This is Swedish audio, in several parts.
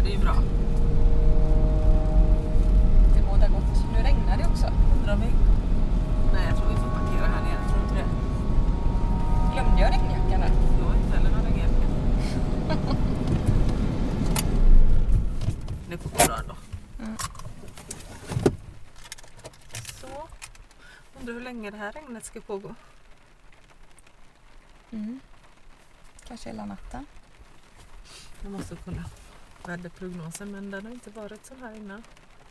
det är ju bra. Det båda gott. Nu regnar det också. Undrar vi? Nej, jag tror vi får parkera här nere. Tror du inte det? Glömde jag regnjackan där? Jag har inte heller någon regnjacka. Det får gå bra ändå. Mm. Så. Undrar hur länge det här regnet ska pågå. Kanske hela natten. Jag måste kolla väderprognosen, men den har inte varit så här innan.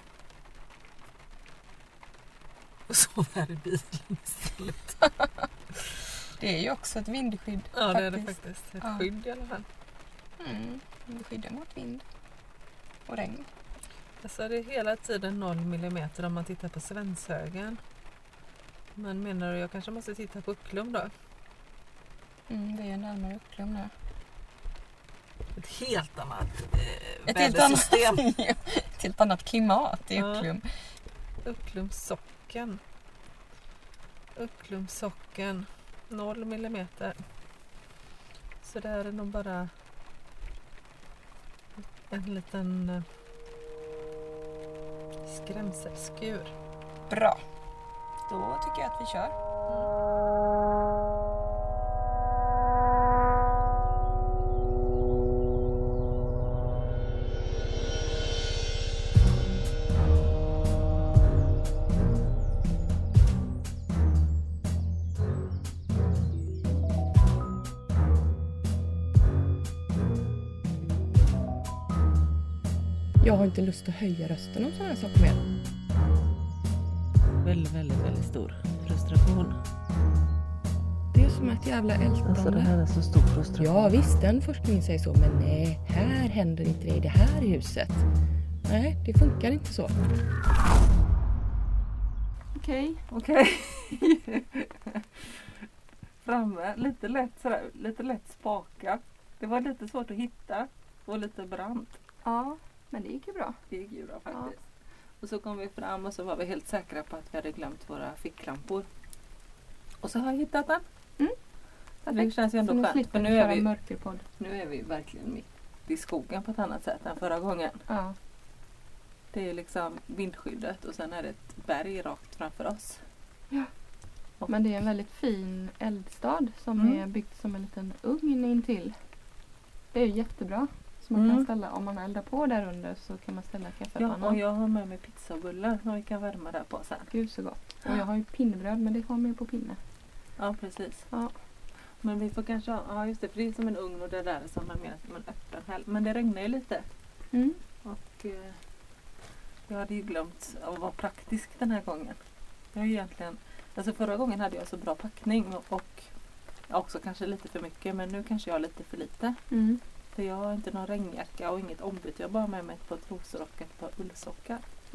Och så här i bilen istället. Det är ju också ett vindskydd. Ja, det är det faktiskt. Ett skydd i alla fall. Det skyddar mot vind och regn. Alltså det är hela tiden 0 millimeter om man tittar på Svenshögen. Men menar du jag kanske måste titta på Ucklum då? Det är närmare Ucklum nu. Ett helt annat Ett vädersystem. ett helt annat klimat i Ucklum. Ucklumsocken. Ucklumsocken. 0 millimeter. Så det är nog bara en liten skrämselskur. Bra. Då tycker jag att vi kör. Jag har inte lust att höja rösten om sådana här saker mer. Väldigt, väldigt, väldigt stor frustration. Det är som ett jävla ältande. Alltså det här är så stor frustration. Ja visst, den forskningen säger så. Men nej, här händer inte det i det här huset. Nej, det funkar inte så. Okej. Framme, lite lätt spaka. Det var lite svårt att hitta och lite brant. Ja, men det gick ju bra. Det gick ju bra faktiskt. Och så kom vi fram och så var vi helt säkra på att vi hade glömt våra ficklampor. Och så har jag hittat den. Det känns ju ändå skönt. För nu är vi verkligen mitt i skogen på ett annat sätt än förra gången. Ja. Det är liksom vindskyddet och sen är det ett berg rakt framför oss. Ja. Men det är en väldigt fin eldstad som är byggd som en liten ugn intill. Det är ju jättebra. Så man kan ställa, om man eldar på där under så kan man ställa kaffepannan. Ja, och jag har med mig pizzabullar som vi kan värma där på sen. Gud så gott. Och jag har ju pinnbröd, men det har man ju på pinne. Ja, precis. Ja. Men vi får kanske ja just det, för det är som en ugn och det där är som en mer som en öppen häll. Men det regnar ju lite. Och jag hade ju glömt att vara praktisk den här gången. Jag egentligen, alltså förra gången hade jag så bra packning och också kanske lite för mycket, men nu kanske jag har lite för lite. För jag har inte någon regnjacka och inget ombyte. Jag bara med mig ett par trosor och ett par ullsockar.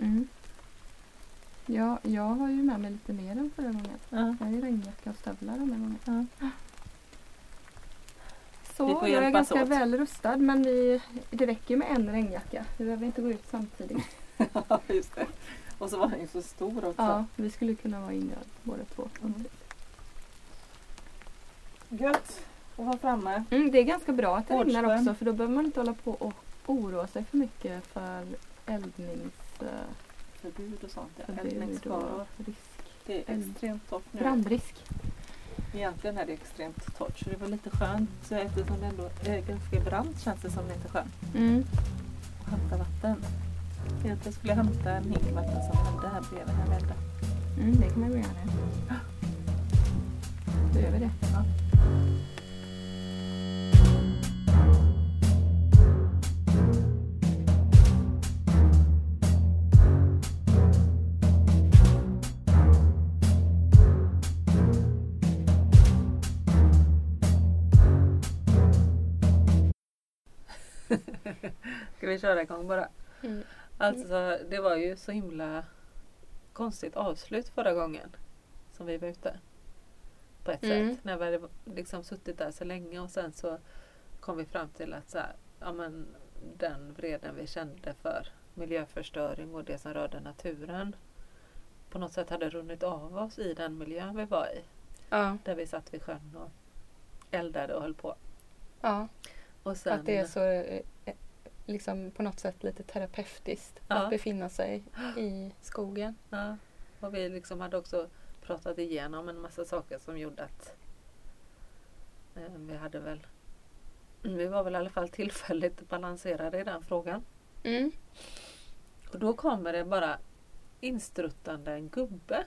Ja, jag har ju med mig lite mer än förra gången. Jag har ju regnjacka och stövlar den här gången. Så jag är ganska väl rustad, men det räcker med en regnjacka. Vi behöver inte gå ut samtidigt. Ja, just det. Och så var den ju så stor också. Ja, vi skulle kunna vara inne båda två. Gött att vara framme. Det är ganska bra att det regnar också, för då behöver man inte hålla på och oroa sig för mycket för förbud och sånt. Eldningsfaror. Risk. Det är extremt torrt nu. Brandrisk. Egentligen är det extremt torrt, så det var lite skönt eftersom det ändå är ganska brant, känns det som lite skönt. Och hämta vatten. Jag skulle hämta en hink vatten som hade här bredvid här välda. Det kan man ju göra. Då gör vi det. Ja. Ska vi köra igång bara? Alltså det var ju så himla konstigt avslut förra gången som vi var ute. På ett sätt. När vi hade liksom suttit där så länge och sen så kom vi fram till att så här, ja men den vreden vi kände för miljöförstöring och det som rörde naturen på något sätt hade runnit av oss i den miljön vi var i. Ja. Där vi satt vid sjön och eldade och höll på. Ja. Och sen, att det är så liksom på något sätt lite terapeutiskt att befinna sig i skogen. Ja. Och vi liksom hade också pratat igenom en massa saker som gjorde att vi var väl i alla fall tillfälligt balanserade i den frågan. Mm. Och då kommer det bara instruttande en gubbe.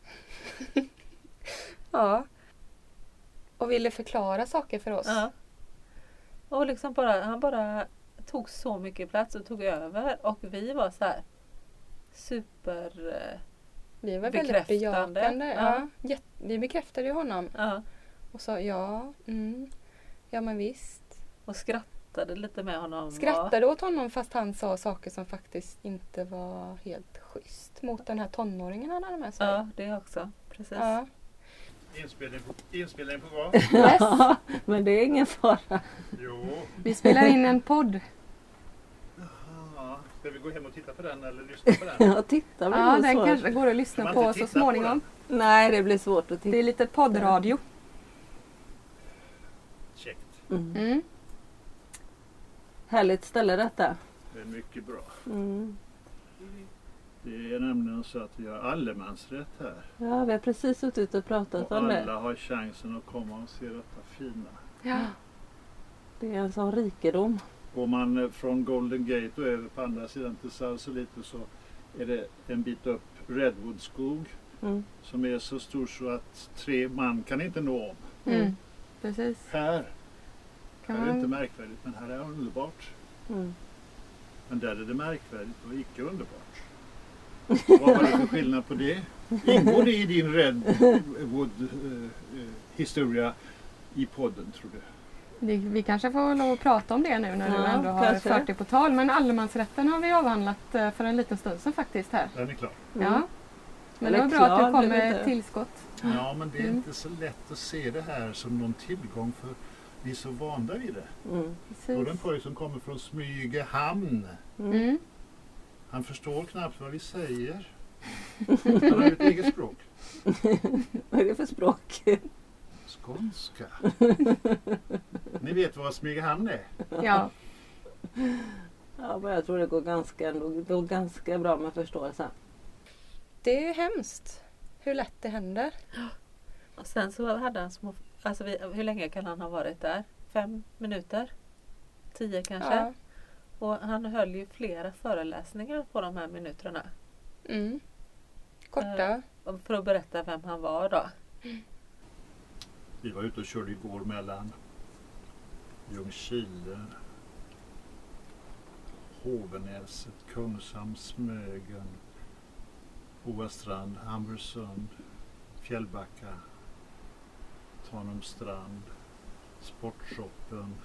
Ja. Och ville förklara saker för oss. Ja. Och liksom han bara tog så mycket plats och tog över. Och vi var så här super vi var väldigt bejakande. Ja. Vi bekräftade ju honom. Ja. Och sa ja men visst. Och skrattade lite med honom. Skrattade åt honom fast han sa saker som faktiskt inte var helt schysst mot den här tonåringen han hade med sig. Ja, det också. Precis. Ja. Inspelning på gång. Yes. Ja, men det är ingen fara. Jo. Vi spelar in en podd. Jaha. Ska vi gå hem och titta på den eller lyssna på den? Ja, titta blir Ja, det den svårt. kanske går att lyssna på så småningom. Nej, det blir svårt att titta. Det är lite poddradio. Käckt. Mm. Härligt ställe detta. Det är mycket bra. Mm. Det är nämligen så att vi har allemansrätt här. Ja, vi har precis suttit och pratat Och om det. alla har chansen att komma och se detta fina. Ja. Det är en sån rikedom. Går man från Golden Gate och över på andra sidan till Sausalito så är det en bit upp Redwoodskog som är så stor så att 3 man kan inte nå om. Mm. Precis. Här Kan är det inte man... märkvärdigt, men här är det underbart. Mm. Men där är det märkvärdigt och icke underbart. Vad var det för skillnad på det? Ingår det i din Redwood-historia i podden, tror du? Vi kanske får lov att prata om det nu när du ändå har kanske. fört det på tal. Men allemansrätten har vi avhandlat för en liten stund sedan faktiskt här. Den är klar. Ja. Men Eller det var bra att klar, du kom det med vet ett jag. tillskott. Ja, men det är inte så lätt att se det här som någon tillgång för vi är så vanda vid det. Mm. Då är det en Precis. pojke som kommer från Smygehamn. Mm. Han förstår knappt vad vi säger. Han har ju ett eget språk. Vad är det för språk? Skånska. Ni vet vad Smygehamn är? Ja. Ja, men jag tror det går ganska bra med förståelsen. Det är hemskt hur lätt det händer. Och sen så hade han hur länge kan han ha varit där? 5 minuter? 10 kanske? Ja. Och han höll ju flera föreläsningar på de här minuterna. Mm. Korta. För att berätta vem han var då. Vi var ute och körde igår mellan Ljungskile, Hovenäset, Kungshamn, Smögen, Boastrand, Hamburgsund, Fjällbacka, Tanumstrand, Sportshoppen,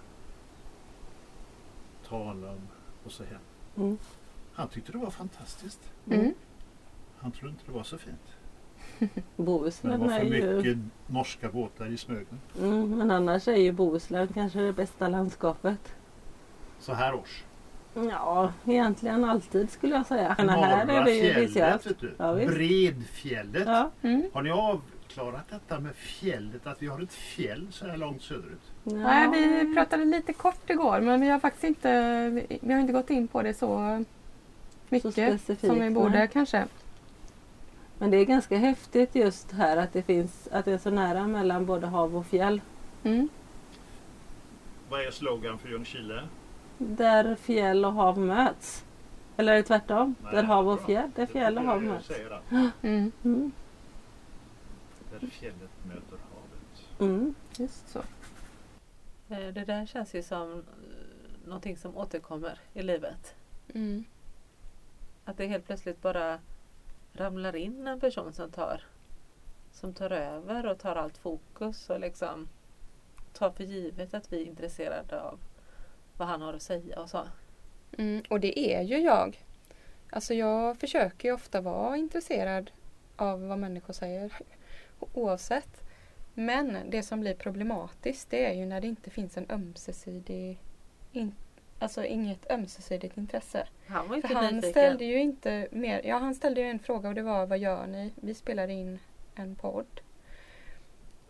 Tanum och så hem. Mm. Han tyckte det var fantastiskt. Mm. Han trodde inte det var så fint. Men det Bohuslän var är för ju... mycket norska båtar i Smögen. Men annars är ju Bohuslän kanske det bästa landskapet. Så här års. Ja, egentligen alltid skulle jag säga. Men här är Norra det ju fjället, speciellt. vet du. Ja, visst. Bredfjället. Ja. Mm. Har ni avklarat detta med fjället? Att vi har ett fjäll så här långt söderut? Nej, vi pratade lite kort igår men vi har faktiskt inte gått in på det så mycket specifikt, som vi borde nej. kanske. Men det är ganska häftigt just här att det är så nära mellan både hav och fjäll. Mm. Vad är slogan för Ljungskile? Där fjäll och hav möts. Eller är det tvärtom? Nej, Där hav och bra. fjäll. Där fjäll och hav Jag möts. säger det. Mm. Mm. Där fjället möter havet. Mm. Just så. Det där känns ju som någonting som återkommer i livet. Mm. Att det helt plötsligt bara ramlar in en person som tar över och tar allt fokus och liksom tar för givet att vi är intresserade av vad han har att säga och så. Mm. Och det är ju jag. Alltså jag försöker ju ofta vara intresserad av vad människor säger oavsett. Men det som blir problematiskt det är ju när det inte finns en ömsesidig alltså inget ömsesidigt intresse. Han var inte För han nyfiken. ställde ju inte mer, ja han ställde ju en fråga och det var vad gör ni? Vi spelar in en podd. Och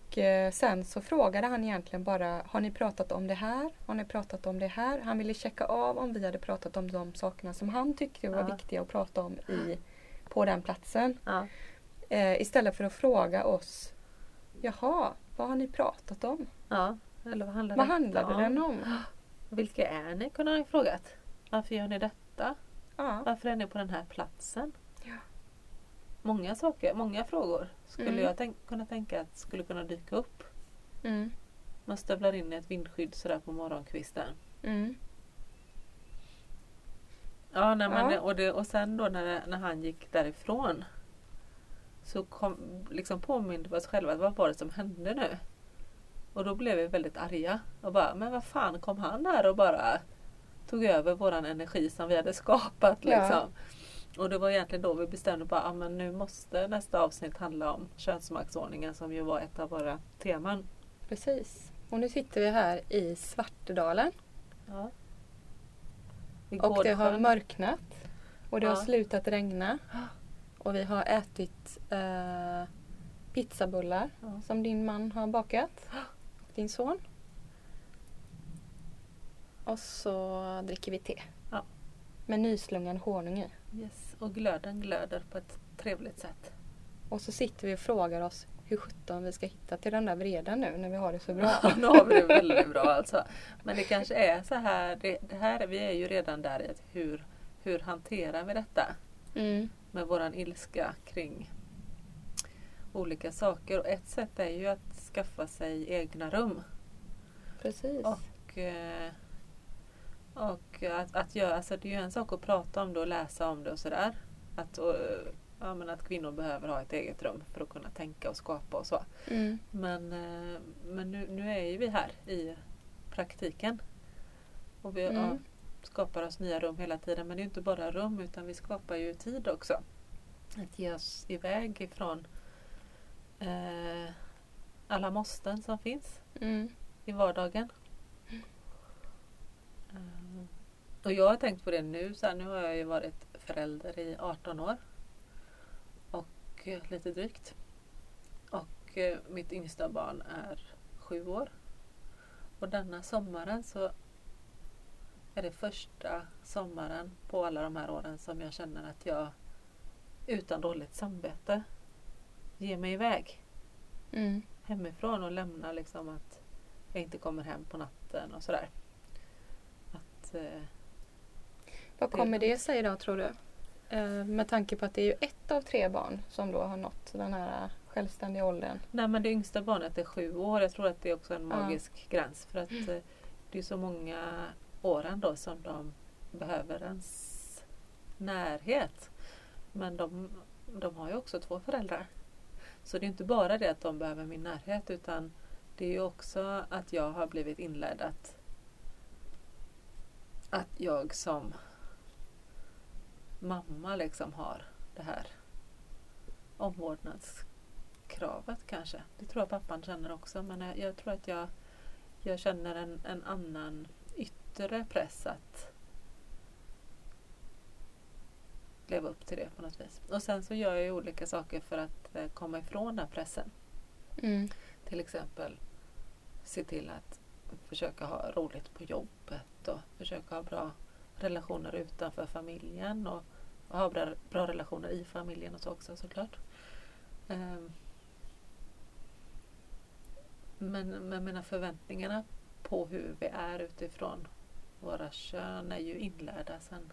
sen så frågade han egentligen bara, har ni pratat om det här? Har ni pratat om det här? Han ville checka av om vi hade pratat om de sakerna som han tyckte var viktiga att prata om på den platsen. Ja. Istället för att fråga oss, jaha, vad har ni pratat om? Ja, eller vad handlade den om? Vilka är ni, kunde han ju frågat. Varför gör ni detta? Ja. Varför är ni på den här platsen? Ja. Många saker, många frågor skulle jag kunna tänka att skulle kunna dyka upp. Mm. Man stövlar in i ett vindskydd sådär på morgonkvisten. Mm. Ja, och sen då när han gick därifrån så påminde vi oss själva att vad var det som hände nu? Och då blev vi väldigt arga och bara, men vad fan, kom han här och bara tog över våran energi som vi hade skapat liksom. Ja. Och det var egentligen då vi bestämde bara, men nu måste nästa avsnitt handla om könsmaktsordningen som ju var ett av våra teman. Precis. Och nu sitter vi här i Svartedalen. Ja. Och det har mörknat. Och det har slutat regna. Och vi har ätit pizzabullar som din man har bakat. Och din son. Och så dricker vi te. Ja. Med nyslungad honung i. Yes. Och glöden glöder på ett trevligt sätt. Och så sitter vi och frågar oss hur 17 vi ska hitta till den där vreden nu när vi har det så bra. Nu har vi det väldigt bra alltså. Men det kanske är så här, det här vi är ju redan där i att hur hanterar vi detta? Med våran ilska kring olika saker. Och ett sätt är ju att skaffa sig egna rum. Precis. Och att göra, alltså det är ju en sak att prata om det och läsa om det och sådär. Att kvinnor behöver ha ett eget rum för att kunna tänka och skapa och så. Men nu är ju vi här i praktiken. Och vi skapar oss nya rum hela tiden. Men det är ju inte bara rum utan vi skapar ju tid också. Att ge oss iväg ifrån alla måsten som finns i vardagen. Och jag har tänkt på det nu. Så här, nu har jag ju varit förälder i 18 år. Och lite drygt. Och mitt yngsta barn är 7 år. Och denna sommaren så är det första sommaren på alla de här åren som jag känner att jag utan dåligt samvete ger mig iväg hemifrån och lämnar liksom att jag inte kommer hem på natten och sådär. Vad kommer det sig då, tror du? Med tanke på att det är ju 1 av 3 barn som då har nått den här självständiga åldern. Nej, men det yngsta barnet är 7 år. Jag tror att det är också en magisk gräns. För att det är så många åren då som de behöver ens närhet. Men de har ju också 2 föräldrar. Så det är inte bara det att de behöver min närhet utan det är ju också att jag har blivit inlärd att jag som mamma liksom har det här omvårdnadskravet kanske. Det tror jag pappan känner också. Men jag tror att jag känner en annan yttre press att leva upp till det på något vis. Och sen så gör jag ju olika saker för att komma ifrån den pressen. Till exempel se till att försöka ha roligt på jobbet och försöka ha bra relationer utanför familjen och ha bra relationer i familjen och så också såklart. Men mina förväntningarna på hur vi är utifrån våra kön är ju inlärda sen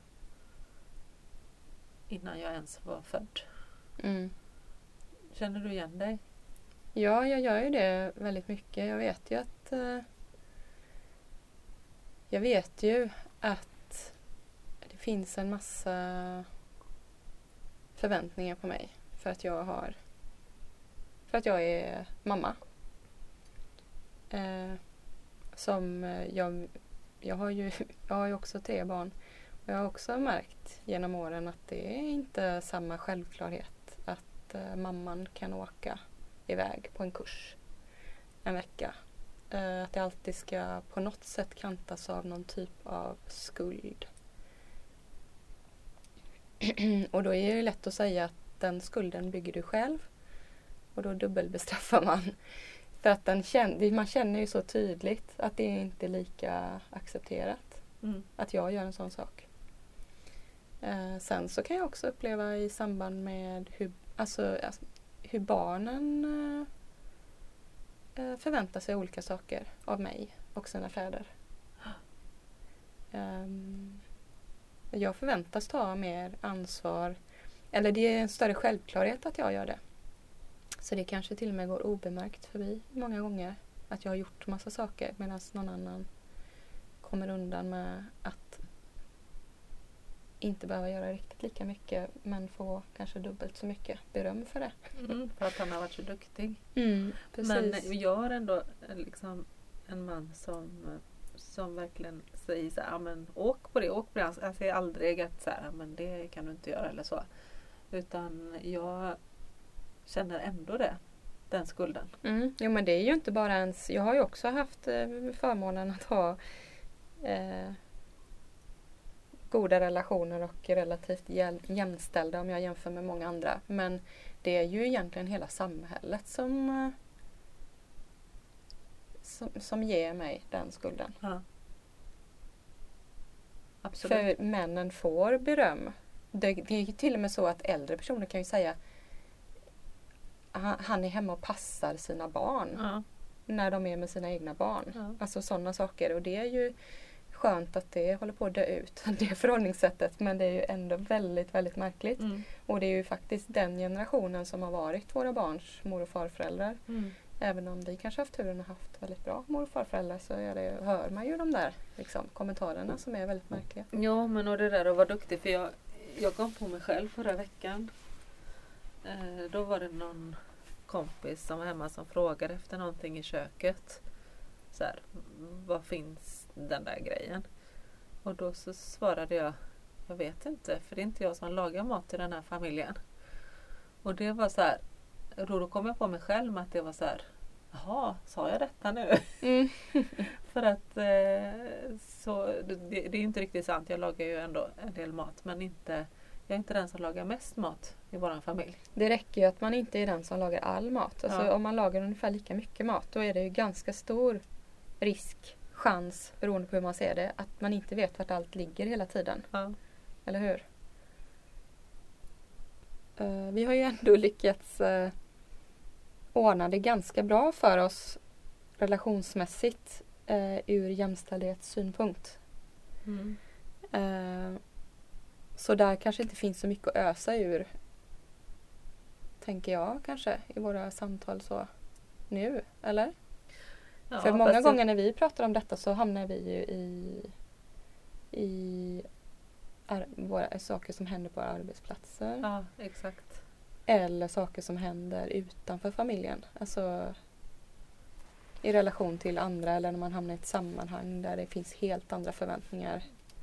innan jag ens var född. Känner du igen dig? Ja, jag gör ju det väldigt mycket. Jag vet ju att det finns en massa förväntningar på mig för att jag är mamma. Jag har ju också 3 barn. Och jag har också märkt genom åren att det är inte samma självklarhet att mamman kan åka iväg på en kurs en vecka. Att det alltid ska på något sätt kantas av någon typ av skuld. Och då är det lätt att säga att den skulden bygger du själv. Och då dubbelbestraffar man För att man känner ju så tydligt att det inte är lika accepterat. Att jag gör en sån sak. Sen så kan jag också uppleva i samband med hur barnen förväntar sig olika saker av mig och sina fäder. Jag förväntas ta mer ansvar. Eller det är en större självklarhet att jag gör det. Så det kanske till och med går obemärkt förbi många gånger. Att jag har gjort massa saker medan någon annan kommer undan med att inte behöva göra riktigt lika mycket men få kanske dubbelt så mycket beröm för det. För att han har varit så duktig. Precis. Men jag har ändå liksom en man som verkligen säger så här, men åk på det. Han säger aldrig att så här, men det kan du inte göra eller så. Utan jag känner ändå den skulden. Jo, men det är ju inte bara ens... Jag har ju också haft förmånen att ha goda relationer och relativt jämställda om jag jämför med många andra. Men det är ju egentligen hela samhället som ger mig den skulden. Ja. Absolut. För männen får beröm. Det är ju till och med så att äldre personer kan ju säga han är hemma och passar sina barn när de är med sina egna barn. Ja. Alltså sådana saker. Och det är ju skönt att det håller på att dö ut, det förhållningssättet. Men det är ju ändå väldigt, väldigt märkligt. Och det är ju faktiskt den generationen som har varit våra barns mor- och farföräldrar. Även om vi kanske haft turen och haft väldigt bra mor- och farföräldrar så hör man ju de där kommentarerna som är väldigt märkliga. Ja, men och det där att vara duktig. För jag kom på mig själv förra veckan. Då var det någon kompis som var hemma som frågade efter någonting i köket. Så här, vad finns den där grejen? Och då så svarade jag vet inte, för det är inte jag som lagar mat i den här familjen. Och det var så här, då kom jag på mig själv med att det var så här, jaha, sa jag detta nu? För att så, det är inte riktigt sant, jag lagar ju ändå en del mat, men jag är inte den som lagar mest mat i vår familj. Det räcker ju att man inte är den som lagar all mat. Alltså om man lagar ungefär lika mycket mat, då är det ju ganska stor chans, beroende på hur man ser det, att man inte vet vart allt ligger hela tiden. Ja. Eller hur? Vi har ju ändå lyckats ordna det ganska bra för oss relationsmässigt ur jämställdhetssynpunkt. Så där kanske inte finns så mycket att ösa ur, tänker jag kanske, i våra samtal så nu, eller? Ja, för många gånger när vi pratar om detta så hamnar vi ju i våra saker som händer på arbetsplatser. Ja, exakt. Eller saker som händer utanför familjen. Alltså i relation till andra eller när man hamnar i ett sammanhang där det finns helt andra förväntningar.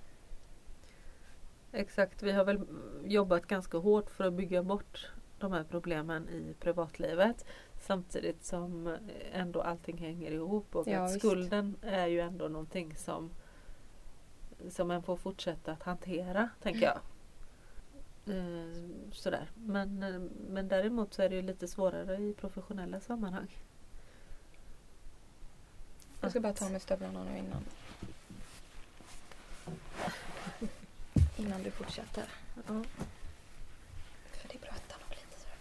Exakt, vi har väl jobbat ganska hårt för att bygga bort de här problemen i privatlivet. Samtidigt som ändå allting hänger ihop och att skulden är ju ändå någonting som man får fortsätta att hantera, tänker jag. Sådär. Men däremot så är det ju lite svårare i professionella sammanhang. Jag ska bara ta med stövlarna nu innan du fortsätter. Ja. För det pratar nog lite så.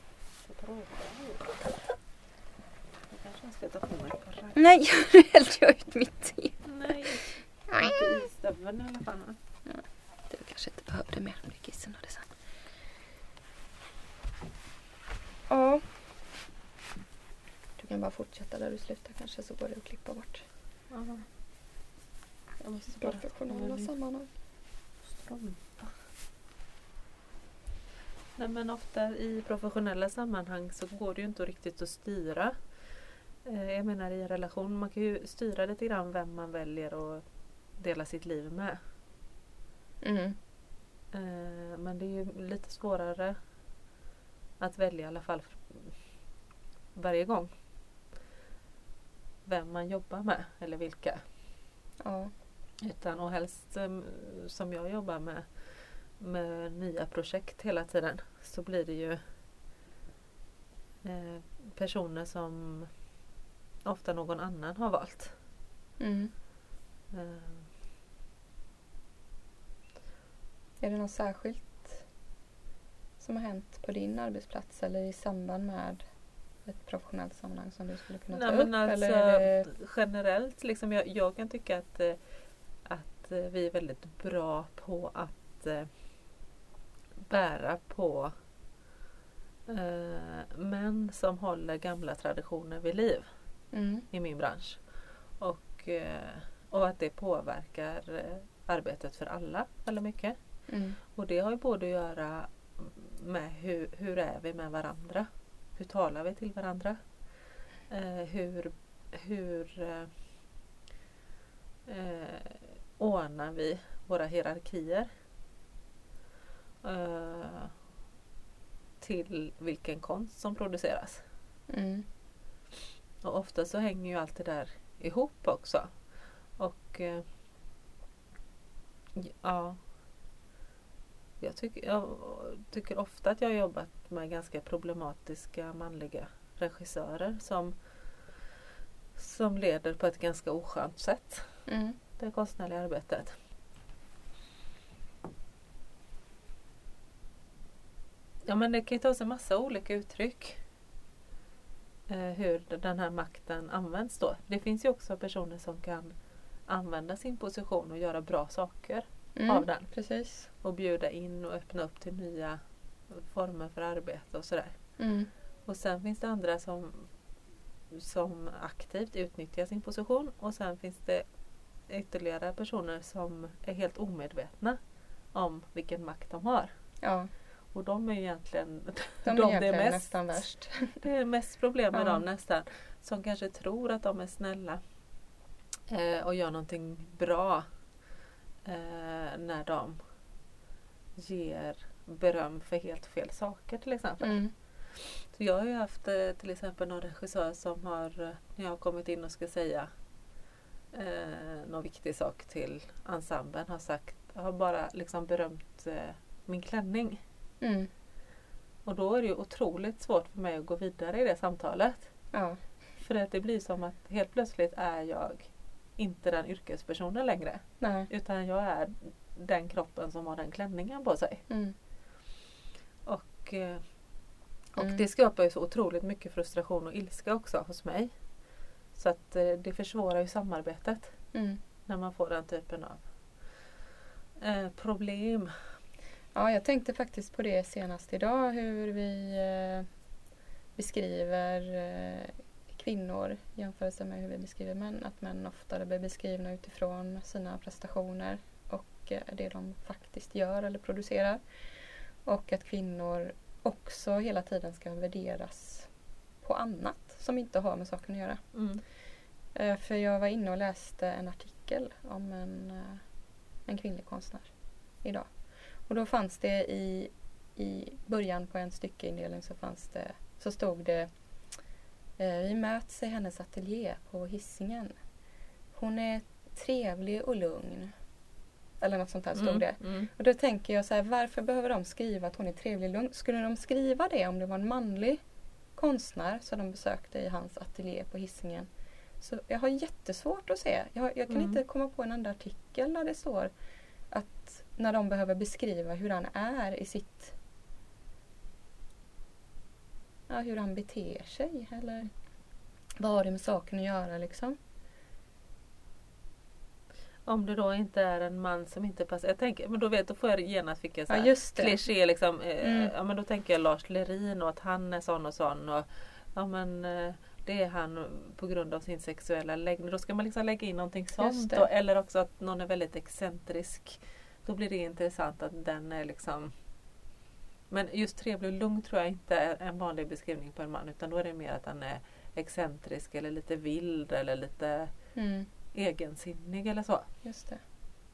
Jag kanske ska ta på mig ett par. Nej, nu hällde jag ut mitt te. Nej, inte i stöveln i alla fall. Ja, du kanske inte behövde mer om du kissen och det sen. Ja. Du kan bara fortsätta där du slutar kanske, så går det att klippa bort. Ja. Jag måste professionella sammanhang. Strumpa. Nej, men ofta i professionella sammanhang så går det ju inte riktigt att styra. Jag menar i en relation, man kan ju styra lite grann vem man väljer att dela sitt liv med. Men det är ju lite svårare att välja i alla fall varje gång vem man jobbar med eller vilka. Ja. Och helst som jag jobbar med nya projekt hela tiden, så blir det ju personer som ofta någon annan har valt. Är det något särskilt som har hänt på din arbetsplats eller i samband med ett professionellt sammanhang som du skulle kunna ta upp? Alltså, eller generellt, liksom, jag kan tycka att vi är väldigt bra på att bära på män som håller gamla traditioner vid liv i min bransch. Och att det påverkar arbetet för alla väldigt mycket. Och det har ju både att göra med hur är vi med varandra? Hur talar vi till varandra? Hur ordnar vi våra hierarkier? Till vilken konst som produceras. Och ofta så hänger ju allt det där ihop också. Och jag tycker ofta att jag har jobbat med ganska problematiska manliga regissörer som leder på ett ganska oskönt sätt. Det konstnärliga arbetet. Ja, men det kan ju ta sig massa olika uttryck. Hur den här makten används då. Det finns ju också personer som kan använda sin position och göra bra saker av den. Precis. Och bjuda in och öppna upp till nya former för arbete och sådär. Och sen finns det andra som aktivt utnyttjar sin position. Och sen finns det ytterligare personer som är helt omedvetna om vilken makt de har. Ja. Och de är egentligen det är nästan värst. Det är mest problem med dem nästan. Som kanske tror att de är snälla och gör någonting bra när de ger beröm för helt fel saker till exempel. Så jag har ju haft till exempel någon regissör som när jag har kommit in och ska säga någon viktig sak till ensemblen har bara liksom berömt min klänning. Och då är det ju otroligt svårt för mig att gå vidare i det samtalet. Ja. För att det blir som att helt plötsligt är jag inte den yrkespersonen längre. Nej. Utan jag är den kroppen som har den klänningen på sig. Och det skapar ju så otroligt mycket frustration och ilska också hos mig. Så att det försvårar ju samarbetet när man får den typen av problem. Ja, jag tänkte faktiskt på det senast idag, hur vi beskriver kvinnor jämfört med hur vi beskriver män. Att män oftare blir beskrivna utifrån sina prestationer och det de faktiskt gör eller producerar. Och att kvinnor också hela tiden ska värderas på annat som inte har med saken att göra. För jag var inne och läste en artikel om en kvinnlig konstnär idag. Och då fanns det i början på en styckeindelning så stod det vi möts i hennes ateljé på Hisingen. Hon är trevlig och lugn. Eller något sånt där stod det. Och då tänker jag så här, varför behöver de skriva att hon är trevlig och lugn? Skulle de skriva det om det var en manlig konstnär som de besökte i hans ateljé på Hisingen? Så jag har jättesvårt att se. Jag kan inte komma på en enda artikel där det står att när de behöver beskriva hur han är i sitt... Ja, hur han beter sig. Eller vad har det med saken att göra liksom? Om det då inte är en man som inte passar. Jag tänker, men då får jag genast fick jag så här just det. kliché liksom. Ja, men då tänker jag Lars Lerin och att han är sån och sån. Och, ja, men det är han på grund av sin sexuella läggning. Då ska man liksom lägga in någonting sånt. Då, eller också att någon är väldigt excentrisk. Då blir det intressant att den är liksom... Men just trevlig och lugn tror jag inte är en vanlig beskrivning på en man. Utan då är det mer att han är excentrisk eller lite vild eller lite egensinnig eller så. Just det.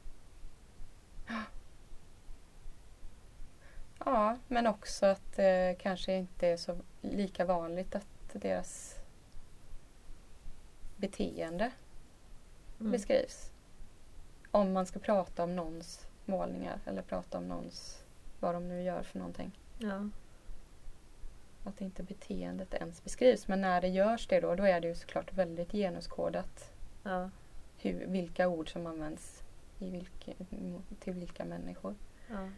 Ja, men också att det kanske inte är så lika vanligt att deras beteende beskrivs. Om man ska prata om någons målningar eller prata om någons, vad de nu gör för någonting. Ja. Att inte beteendet ens beskrivs. Men när det görs det då är det ju såklart väldigt genuskodat. Ja. Vilka ord som används till vilka människor. Ja.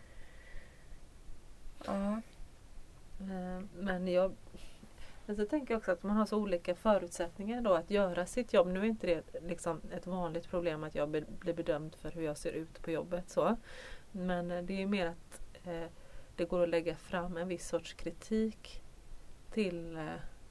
Ja. Men så tänker jag också att man har så olika förutsättningar då att göra sitt jobb. Nu är inte det liksom ett vanligt problem att jag blir bedömd för hur jag ser ut på jobbet. Så. Men det är mer att det går att lägga fram en viss sorts kritik till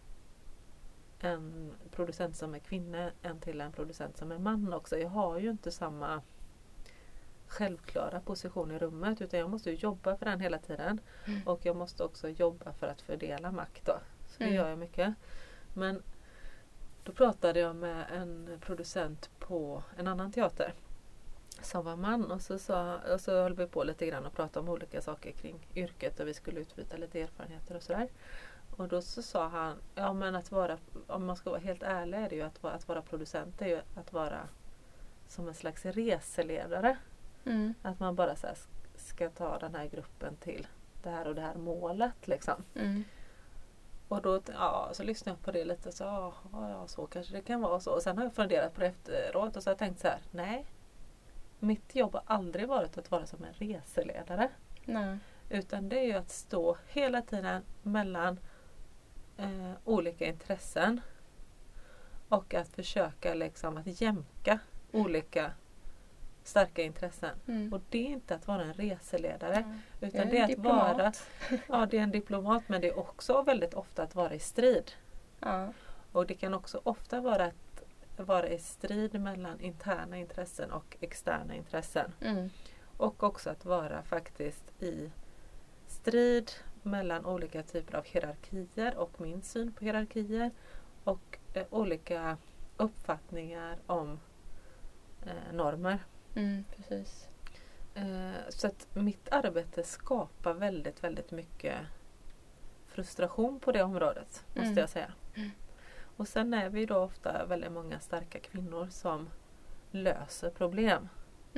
en producent som är kvinna än till en producent som är man också. Jag har ju inte samma självklara position i rummet utan jag måste ju jobba för den hela tiden. Och jag måste också jobba för att fördela makt då. Så det gör jag mycket. Men då pratade jag med en producent på en annan teater som var man och så höll vi på lite grann och pratade om olika saker kring yrket och vi skulle utbyta lite erfarenheter och sådär. Och då så sa han, ja men att vara, om man ska vara helt ärlig är det ju att vara producent är ju att vara som en slags reseledare. Att man bara så här, ska ta den här gruppen till det här och det här målet liksom. Och då så lyssnade jag på det lite och så så kanske det kan vara så. Och sen har jag funderat på det efteråt och så har jag tänkt så här, nej. Mitt jobb har aldrig varit att vara som en reseledare. Nej. Utan det är ju att stå hela tiden mellan olika intressen. Och att försöka liksom att jämka olika starka intressen. Och det är inte att vara en reseledare. Utan det är att vara... Ja, det är en diplomat men det är också väldigt ofta att vara i strid. Ja. Och det kan också ofta vara att vara i strid mellan interna intressen och externa intressen. Och också att vara faktiskt i strid mellan olika typer av hierarkier och min syn på hierarkier och olika uppfattningar om normer. Precis. Så att mitt arbete skapar väldigt, väldigt mycket frustration på det området, måste jag säga. Och sen är vi då ofta väldigt många starka kvinnor som löser problem.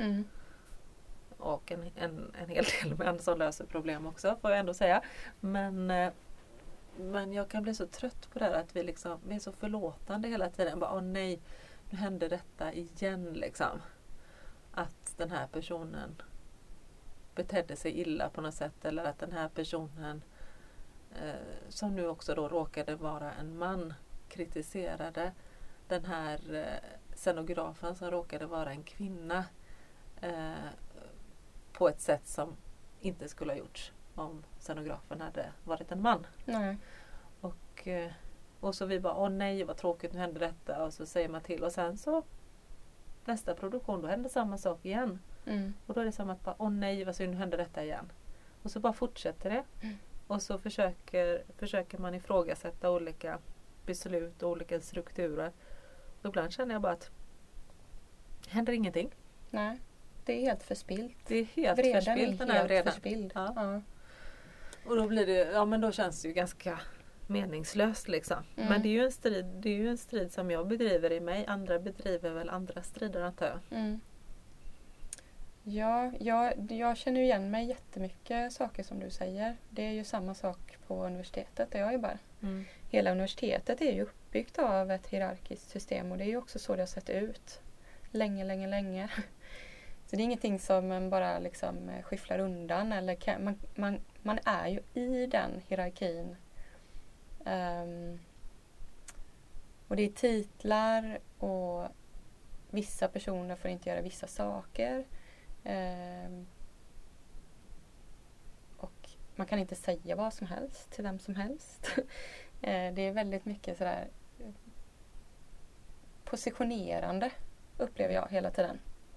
Och en hel del män som löser problem också, får jag ändå säga. Men jag kan bli så trött på det här att vi är så förlåtande hela tiden. Bara, nej, nu hände detta igen liksom. Att den här personen betedde sig illa på något sätt. Eller att den här personen, som nu också då råkade vara en man, kritiserade den här scenografen som råkade vara en kvinna på ett sätt som inte skulle ha gjorts om scenografen hade varit en man. Nej. Och så vi bara, nej vad tråkigt, nu hände detta. Och så säger man till. Och sen så nästa produktion, då händer samma sak igen. Och då är det samma att bara, nej vad synd, nu hände detta igen. Och så bara fortsätter det. Och så försöker man ifrågasätta olika beslut och olika strukturer. Och ibland känner jag bara att det händer ingenting. Nej, det är helt förspilt. Det är helt förspilt den här vreden. Ja. Och då blir det, men då känns det ju ganska meningslöst liksom. Men det är ju en strid som jag bedriver i mig. Andra bedriver väl andra strider, antar jag. Ja, jag känner igen mig jättemycket saker som du säger. Det är ju samma sak på universitetet där jag jobbar. Hela universitetet är ju uppbyggt av ett hierarkiskt system och det är ju också så det har sett ut. Länge. Så det är ingenting som man bara liksom skyfflar undan. Eller man är ju i den hierarkin. Och det är titlar och vissa personer får inte göra vissa saker. Och man kan inte säga vad som helst till vem som helst. Det är väldigt mycket sådär positionerande, upplever jag hela tiden.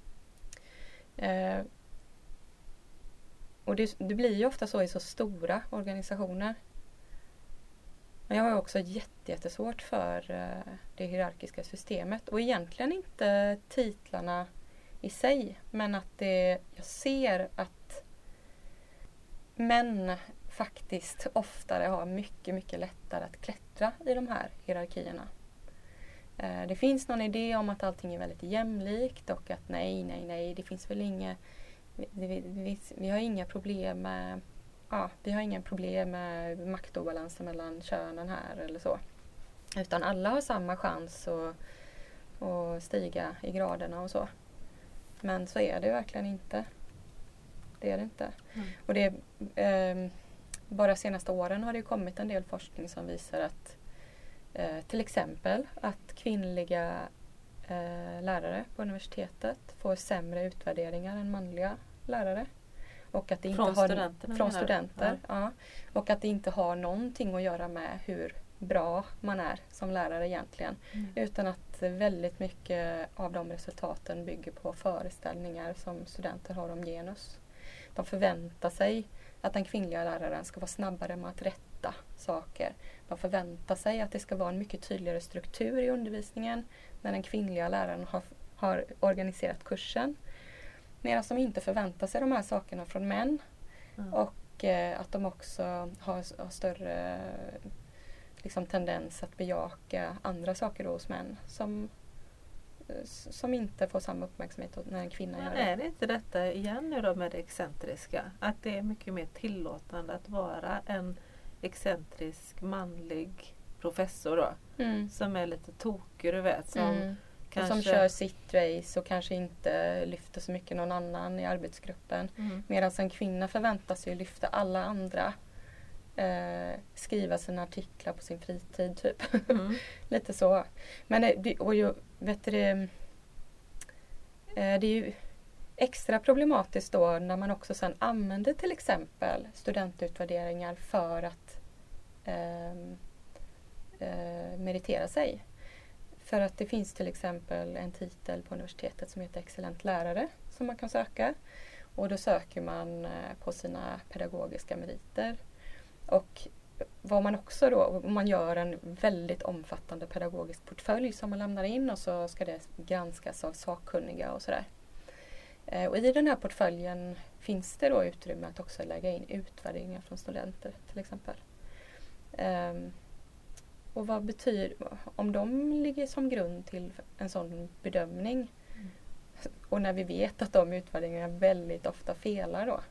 Och det blir ju ofta så i så stora organisationer. Men jag har också jättesvårt för det hierarkiska systemet. Och egentligen inte titlarna i sig. Men att jag ser att män faktiskt oftare har mycket, mycket lättare att klättra i de här hierarkierna. Det finns någon idé om att allting är väldigt jämlikt och att nej, det finns väl inga... Vi har inga problem med vi har ingen problem med maktobalansen mellan könen här eller så. Utan alla har samma chans att stiga i graderna och så. Men så är det verkligen inte. Det är det inte. Och det bara senaste åren har det kommit en del forskning som visar att till exempel att kvinnliga lärare på universitetet får sämre utvärderingar än manliga lärare. Och att det inte från studenter. Ja. Och att det inte har någonting att göra med hur bra man är som lärare egentligen. Utan att väldigt mycket av de resultaten bygger på föreställningar som studenter har om genus. De förväntar sig att den kvinnliga läraren ska vara snabbare med att rätta saker. De förväntar sig att det ska vara en mycket tydligare struktur i undervisningen när den kvinnliga läraren har organiserat kursen. Medan de inte förväntar sig de här sakerna från män. Och att de också har större liksom, tendens att bejaka andra saker hos män som inte får samma uppmärksamhet när en kvinna gör det. Är det inte detta igen nu då med det excentriska? Att det är mycket mer tillåtande att vara en excentrisk manlig professor då? Som är lite tokig, du vet. Som kör sitt race och kanske inte lyfter så mycket någon annan i arbetsgruppen. Medan en kvinna förväntas ju lyfta alla andra. Skriva sina artiklar på sin fritid typ. Lite så. Men det är ju extra problematiskt då när man också sen använder till exempel studentutvärderingar för att meritera sig. För att det finns till exempel en titel på universitetet som heter excellent lärare som man kan söka. Och då söker man på sina pedagogiska meriter. Och vad man också då, man gör en väldigt omfattande pedagogisk portfölj som man lämnar in och så ska det granskas av sakkunniga och sådär. Och i den här portföljen finns det då utrymme att också lägga in utvärderingar från studenter till exempel. Och vad betyder, om de ligger som grund till en sån bedömning och när vi vet att de utvärderingarna väldigt ofta felar då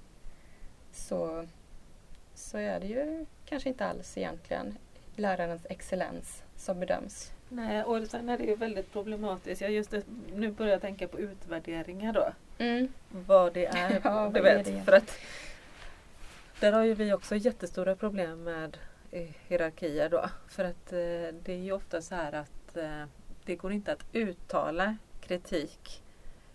så är det ju kanske inte alls egentligen lärarens excellens som bedöms. Nej, och sen är det ju väldigt problematiskt. Nu börjar jag tänka på utvärderingar då. Vad det är. Ja, du vet, för att där har ju vi också jättestora problem med hierarkier då. För att det är ju ofta så här att det går inte att uttala kritik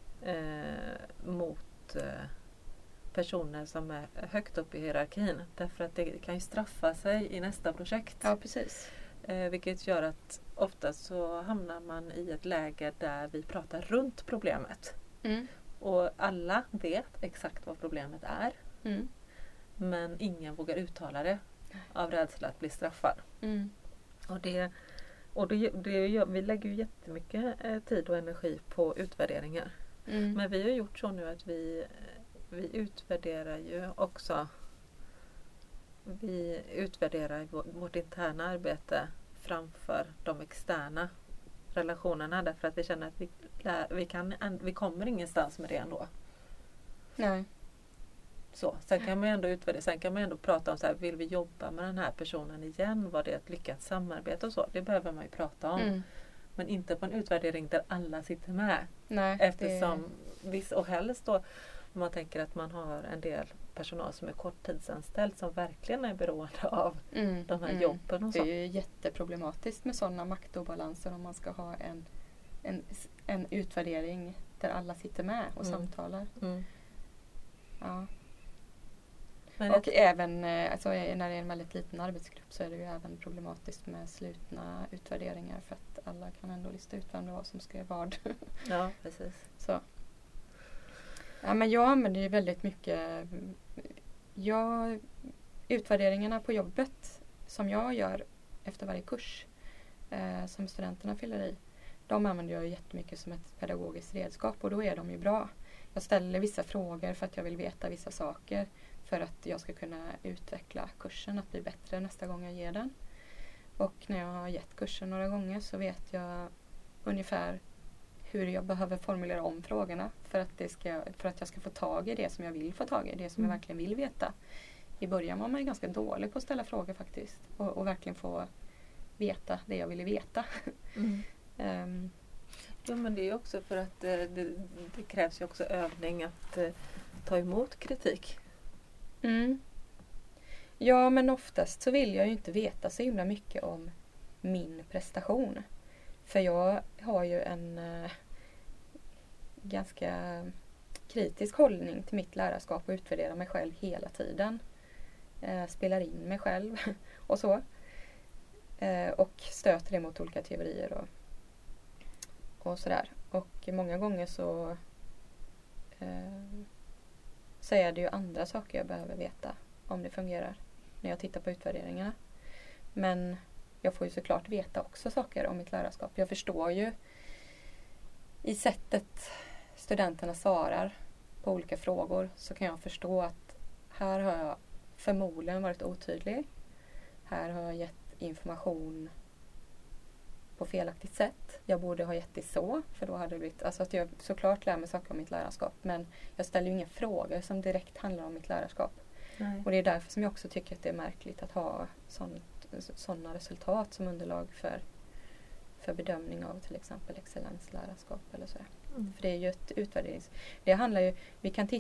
mot personer som är högt upp i hierarkin. Därför att det kan ju straffa sig i nästa projekt. Ja, precis. Vilket gör att ofta så hamnar man i ett läge där vi pratar runt problemet. Och alla vet exakt vad problemet är. Men ingen vågar uttala det av rädsla att bli straffad. Vi lägger ju jättemycket tid och energi på utvärderingar. Men vi har gjort så nu att vi utvärderar ju också. Vi utvärderar vårt interna arbete framför de externa relationerna därför att vi känner att vi kommer ingenstans med det ändå. Nej. Så, sen kan man ändå utvärdera, sen kan man ändå prata om så här, vill vi jobba med den här personen igen? Var det ett lyckat samarbete och så? Det behöver man ju prata om. Men inte på en utvärdering där alla sitter med. Nej, eftersom och helst då om man tänker att man har en del personal som är korttidsanställd som verkligen är beroende av de här jobben och så. Det är ju jätteproblematiskt med sådana maktobalanser om man ska ha en utvärdering där alla sitter med och samtalar. Ja. Men och även alltså, när det är en väldigt liten arbetsgrupp så är det ju även problematiskt med slutna utvärderingar för att alla kan ändå lista ut vem det var som skrev vad. Ja, precis. Så. Ja, men jag använder ju väldigt mycket utvärderingarna på jobbet som jag gör efter varje kurs som studenterna fyller i. De använder jag jättemycket som ett pedagogiskt redskap och då är de ju bra. Jag ställer vissa frågor för att jag vill veta vissa saker för att jag ska kunna utveckla kursen att bli bättre nästa gång jag ger den. Och när jag har gett kursen några gånger så vet jag ungefär hur jag behöver formulera om frågorna för att jag ska få tag i det som jag vill få tag i, det som jag verkligen vill veta i början var man ju ganska dålig på att ställa frågor faktiskt. Och verkligen få veta det jag ville veta. Ja, men det är ju också för att det krävs ju också övning att ta emot kritik. Ja, men oftast så vill jag ju inte veta så himla mycket om min prestation. För jag har ju en ganska kritisk hållning till mitt lärarskap och utvärderar mig själv hela tiden. Spelar in mig själv och så. Och stöter det mot olika teorier och sådär. Och många gånger så är det ju andra saker jag behöver veta om det fungerar när jag tittar på utvärderingarna. Men jag får ju såklart veta också saker om mitt lärarskap. Jag förstår ju i sättet studenterna svarar på olika frågor, så kan jag förstå att här har jag förmodligen varit otydlig. Här har jag gett information på felaktigt sätt. Jag borde ha gett det så, för då hade det blivit, alltså att jag såklart lär mig saker om mitt lärarskap, men jag ställer ju inga frågor som direkt handlar om mitt lärarskap. Nej. Och det är därför som jag också tycker att det är märkligt att ha sådana resultat som underlag för bedömning av till exempel excellenslärarskap eller så. För det är ju ett utvärderings... Det handlar ju... Vi kan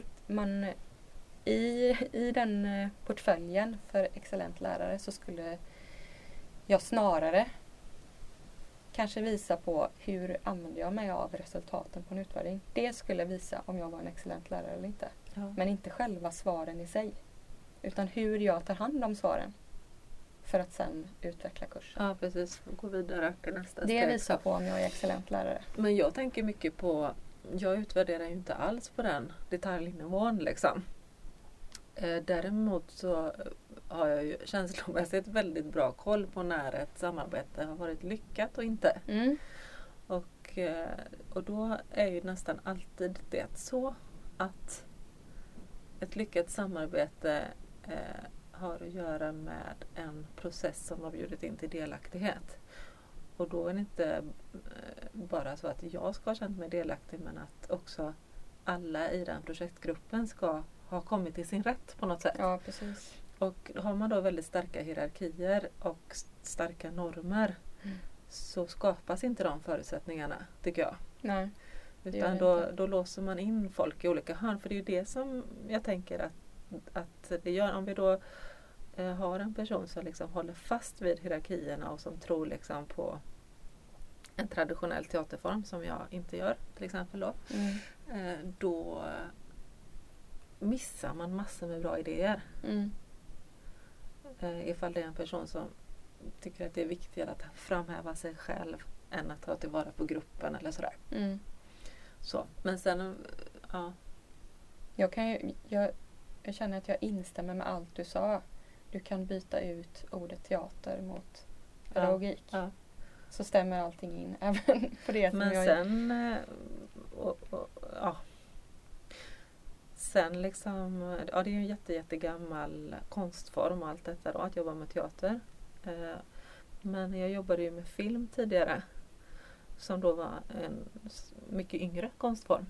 i den portföljen för excellent lärare så skulle jag snarare kanske visa på hur använder jag mig av resultaten på en utvärdering. Det skulle visa om jag var en excellent lärare eller inte. Ja. Men inte själva svaren i sig. Utan hur jag tar hand om svaren. För att sen utveckla kursen. Ja, precis. Gå vidare till nästa Det steg. visar på om jag är excellent lärare. Men jag tänker mycket på... Jag utvärderar ju inte alls på den detaljnivån liksom. Däremot så har jag ju känslomässigt väldigt bra koll på när ett samarbete har varit lyckat och inte. Och då är ju nästan alltid det så att ett lyckat samarbete har att göra med en process som har bjudit in till delaktighet. Och då är det inte bara så att jag ska ha känt mig delaktig, men att också alla i den projektgruppen ska ha kommit till sin rätt på något sätt. Ja, precis. Och har man då väldigt starka hierarkier och starka normer så skapas inte de förutsättningarna, tycker jag. Nej. Utan då låser man in folk i olika hörn. För det är ju det som jag tänker att det gör. Om vi då har en person som liksom håller fast vid hierarkierna och som tror liksom på en traditionell teaterform som jag inte gör till exempel då missar man massor med bra idéer. Ifall det är en person som tycker att det är viktigare att framhäva sig själv än att ta tillvara på gruppen eller sådär. Så, men sen ja. Jag känner att jag instämmer med allt du sa. Du kan byta ut ordet teater mot pedagogik. Ja. Så stämmer allting in. Även på det som men jag... Sen liksom, det är ju en jättegammal konstform och allt detta då, att jobba med teater. Men jag jobbade ju med film tidigare. Som då var en mycket yngre konstform.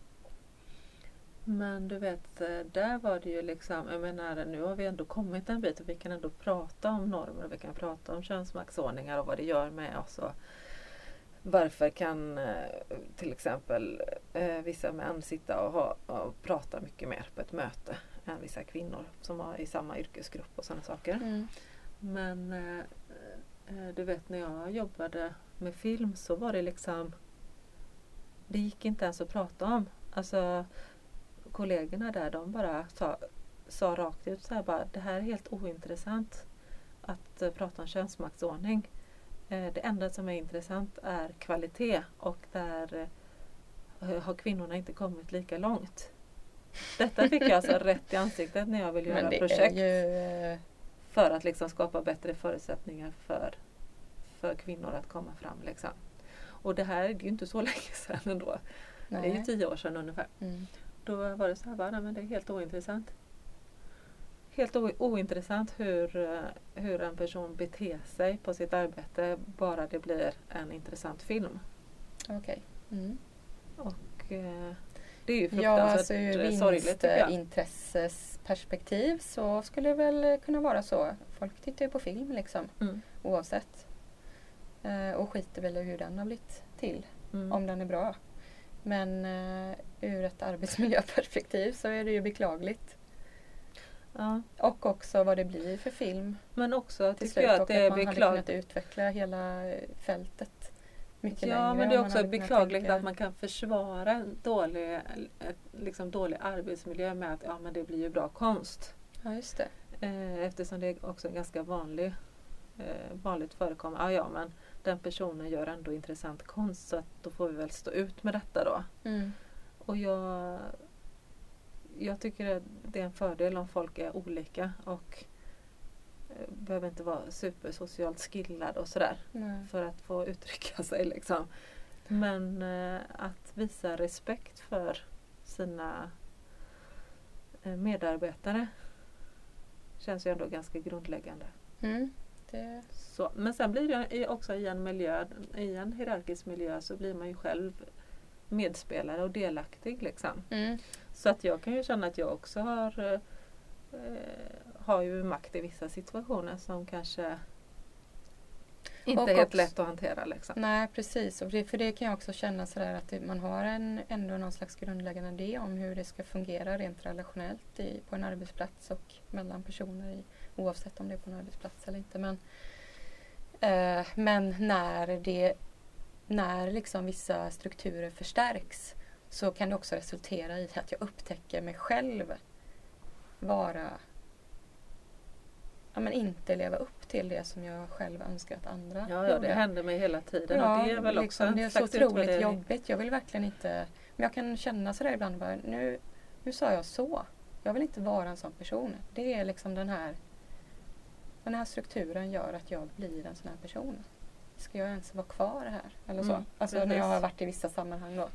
Men du vet, där var det ju liksom, jag menar, nu har vi ändå kommit en bit och vi kan ändå prata om normer och vi kan prata om könsmaktsordningar och vad det gör med oss. Och varför kan till exempel vissa män sitta och prata mycket mer på ett möte än vissa kvinnor som var i samma yrkesgrupp och sådana saker. Men du vet, när jag jobbade med film så var det liksom, det gick inte ens att prata om. Alltså kollegorna där, de bara sa rakt ut så här bara, det här är helt ointressant att prata om könsmaktsordning. Det enda som är intressant är kvalitet och där har kvinnorna inte kommit lika långt. Detta fick jag alltså rätt i ansiktet när jag ville göra projekt för att liksom skapa bättre förutsättningar för kvinnor att komma fram liksom. Och det här är ju inte så länge sedan ändå. Nej. Det är ju 10 år sedan ungefär. Då var det så här bara, men det är helt ointressant. Helt ointressant hur en person beter sig på sitt arbete, bara det blir en intressant film. Okej. Och Det är ju fruktansvärt sorgligt tycker jag. Intressesperspektiv så skulle det väl kunna vara så. Folk tittar ju på film liksom. Oavsett. Och skiter väl i hur den har blivit till. Om den är bra. Men ur ett arbetsmiljöperspektiv så är det ju beklagligt. Ja. Och också vad det blir för film. Men också tycker jag att det är beklagligt. Man hade kunnat utveckla hela fältet mycket längre. Ja, men det är också beklagligt att man kan försvara en dålig arbetsmiljö med att men det blir ju bra konst. Ja, just det. Eftersom det är också en ganska vanligt förekommande. Ja, men den personen gör ändå intressant konst så att då får vi väl stå ut med detta då. Och jag tycker att det är en fördel om folk är olika och behöver inte vara supersocialt skillad och sådär för att få uttrycka sig liksom. Men att visa respekt för sina medarbetare känns ju ändå ganska grundläggande. Så, men sen blir det också i en hierarkisk miljö så blir man ju själv medspelare och delaktig liksom. Så att jag kan ju känna att jag också har ju makt i vissa situationer som kanske inte är helt lätt att hantera liksom. Nej, precis. Och för det kan jag också känna sådär att man har ändå någon slags grundläggande idé om hur det ska fungera rent relationellt på en arbetsplats och mellan personer oavsett om det är på en arbetsplats eller inte. Men när liksom vissa strukturer förstärks så kan det också resultera i att jag upptäcker mig själv inte leva upp till det som jag själv önskar att andra Ja, det händer mig hela tiden. Ja, och det är väl också det är så otroligt jobbigt. Jag vill verkligen inte... Men jag kan känna sådär ibland bara, nu sa jag så. Jag vill inte vara en sån person. Det är liksom den här strukturen gör att jag blir en sån här person. Ska jag ens vara kvar här? Eller så. Alltså när jag har varit i vissa sammanhang då.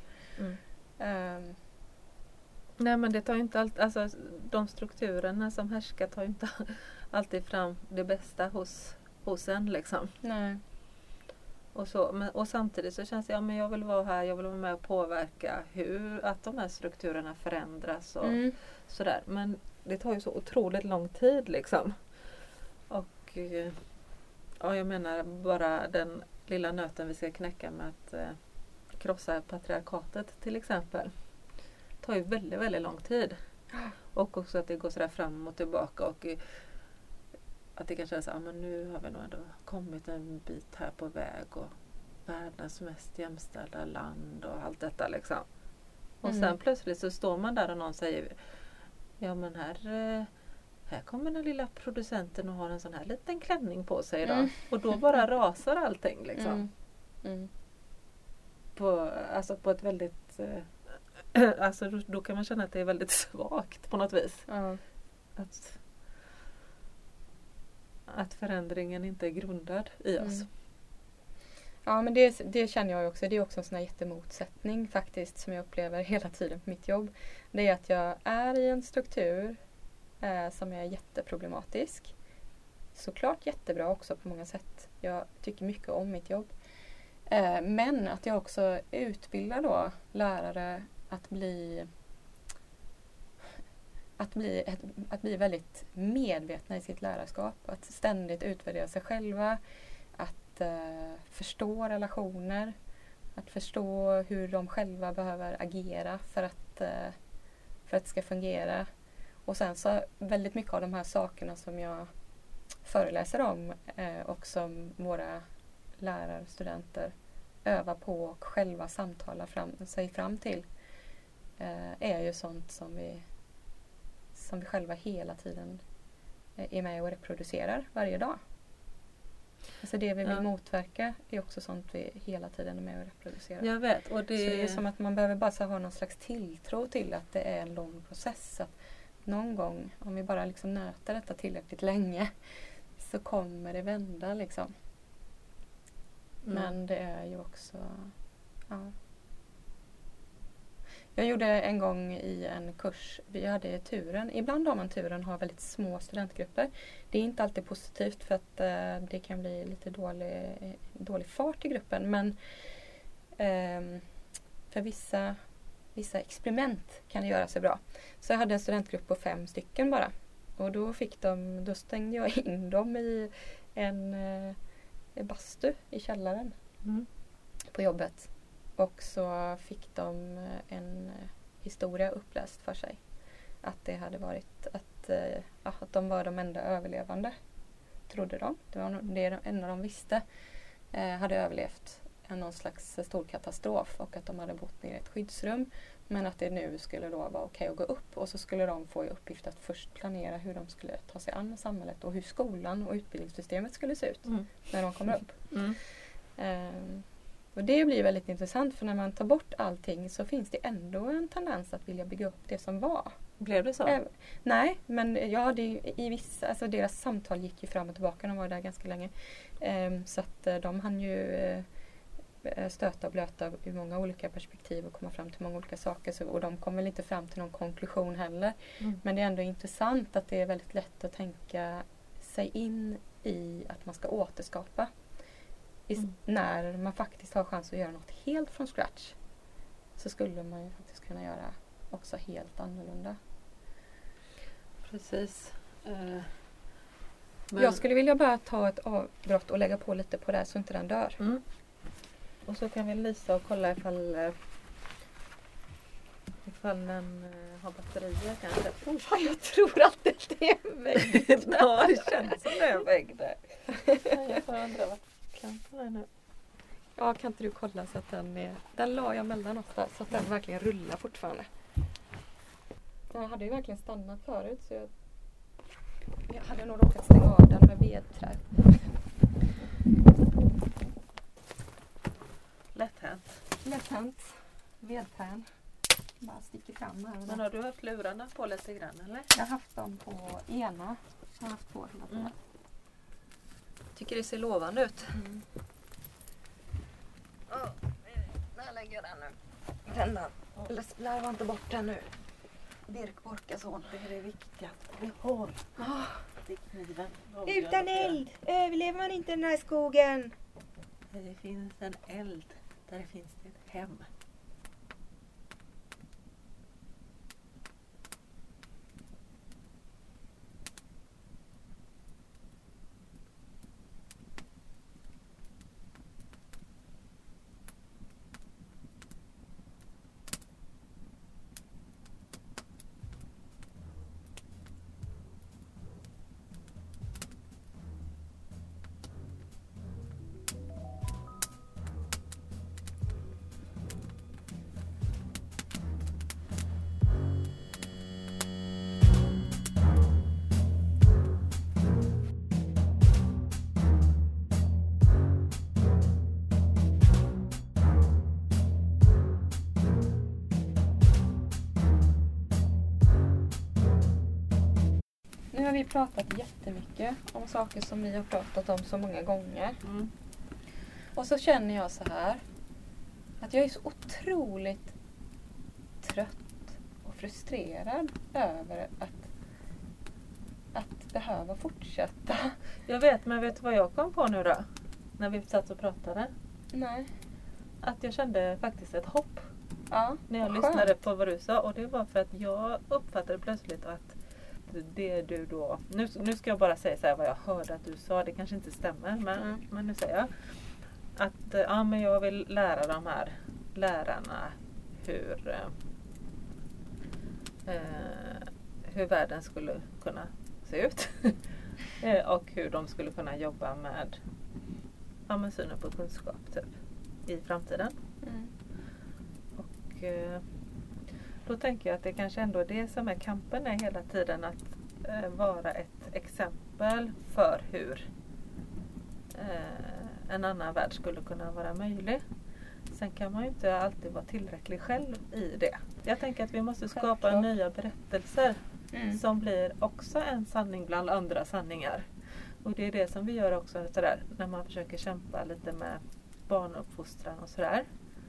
Nej, men det tar ju inte alltid... Alltså de strukturerna som härskar tar ju inte alltid fram det bästa hos en liksom. Nej. Och samtidigt så känns det, men jag vill vara här, jag vill vara med och påverka att de här strukturerna förändras och sådär. Men det tar ju så otroligt lång tid liksom. Och jag menar bara den lilla nöten vi ska knäcka med att krossa patriarkatet till exempel. Det tar ju väldigt, väldigt lång tid. Och också att det går sådär fram och tillbaka och att det kanske är så men nu har vi nog ändå kommit en bit här på väg och världens mest jämställda land och allt detta liksom. Och sen plötsligt så står man där och någon säger men här kommer den lilla producenten och har en sån här liten klänning på sig idag. Och då bara rasar allting liksom. På ett väldigt då kan man känna att det är väldigt svagt på något vis. Att förändringen inte är grundad i oss. Ja, men det känner jag också. Det är också en sån här jättemotsättning faktiskt som jag upplever hela tiden på mitt jobb. Det är att jag är i en struktur som är jätteproblematisk. Såklart jättebra också på många sätt. Jag tycker mycket om mitt jobb. Men att jag också utbildar då lärare att bli väldigt medvetna i sitt lärarskap. Att ständigt utvärdera sig själva. Att förstå relationer. Att förstå hur de själva behöver agera för att det ska fungera. Och sen så väldigt mycket av de här sakerna som jag föreläser om och som våra lärarstudenter övar på och själva samtalar sig fram till är ju sånt som vi själva hela tiden är med och reproducerar varje dag. Alltså det vi vill motverka är också sånt vi hela tiden är med och reproducerar. Jag vet. Och så det är som att man behöver bara ha någon slags tilltro till att det är en lång process. Att någon gång, om vi bara liksom nöter detta tillräckligt länge, så kommer det vända liksom. Men det är ju också... Ja. Jag gjorde en gång i en kurs, vi hade turen, ibland har man turen att ha väldigt små studentgrupper. Det är inte alltid positivt för att det kan bli lite dålig fart i gruppen. Men för vissa vissa experiment kan göra sig bra. Så jag hade en studentgrupp på 5 stycken bara. Och då stängde jag in dem i en bastu i källaren på jobbet. Och så fick de en historia uppläst för sig. Att det hade varit att de var de enda överlevande, trodde de. Det var det enda de visste. Hade överlevt någon slags stor katastrof och att de hade bott nere i ett skyddsrum. Men att det nu skulle då vara okej att gå upp och så skulle de få i uppgift att först planera hur de skulle ta sig an samhället och hur skolan och utbildningssystemet skulle se ut när de kommer upp. Och det blir väldigt intressant för när man tar bort allting så finns det ändå en tendens att vilja bygga upp det som var. Blev det så? Nej, men i vissa, alltså deras samtal gick ju fram och tillbaka, de var där ganska länge. Så att de hann ju stöta och blöta ur många olika perspektiv och komma fram till många olika saker. Och de kom väl inte fram till någon konklusion heller. Men det är ändå intressant att det är väldigt lätt att tänka sig in i att man ska återskapa. När man faktiskt har chans att göra något helt från scratch så skulle man ju faktiskt kunna göra också helt annorlunda. Precis. Jag skulle vilja bara ta ett avbrott och lägga på lite på det så inte den dör. Och så kan vi lysa och kolla ifall den har batterier kanske. Jag tror att det är en vägg. Ja, det känns som det är en vägg där. Jag får undra vad kanten är nu. Ja, kan inte du kolla så att den la jag mellan oss där så att den verkligen rullar fortfarande. Jag hade ju verkligen stannat förut så jag hade nog råkat stänga av den med vedträ. Lätthänt. Vedträn. Bara sticker fram här. Men har du haft lurarna på lite grann eller? Jag har haft dem på ena. Jag har haft 2 hela tiden. Tycker det ser lovande ut. Där lägger jag den nu. Tända. Larva inte bort den nu. Dirk Borkason. Det är det viktigaste vi har. Det är kniven. Utan eld överlever man inte i den här skogen. Det finns en eld. Där finns det ett hem. Nu har vi pratat jättemycket om saker som vi har pratat om så många gånger. Och så känner jag så här att jag är så otroligt trött och frustrerad över att behöva fortsätta. Jag vet, men vet du vad jag kom på nu då? När vi satt och pratade? Nej. Att jag kände faktiskt ett hopp. Ja, när jag lyssnade på vad du sa. Och det var för att jag uppfattade plötsligt att det du då... Nu ska jag bara säga så här vad jag hörde att du sa. Det kanske inte stämmer, men nu säger jag. Att men jag vill lära de här lärarna hur världen skulle kunna se ut. Och hur de skulle kunna jobba med synen på kunskap typ, i framtiden. Och då tänker jag att det kanske ändå är det som är kampen är hela tiden, att vara ett exempel för hur en annan värld skulle kunna vara möjlig. Sen kan man ju inte alltid vara tillräcklig själv i det. Jag tänker att vi måste skapa nya berättelser som blir också en sanning bland andra sanningar. Och det är det som vi gör också sådär, när man försöker kämpa lite med barnuppfostran och sådär.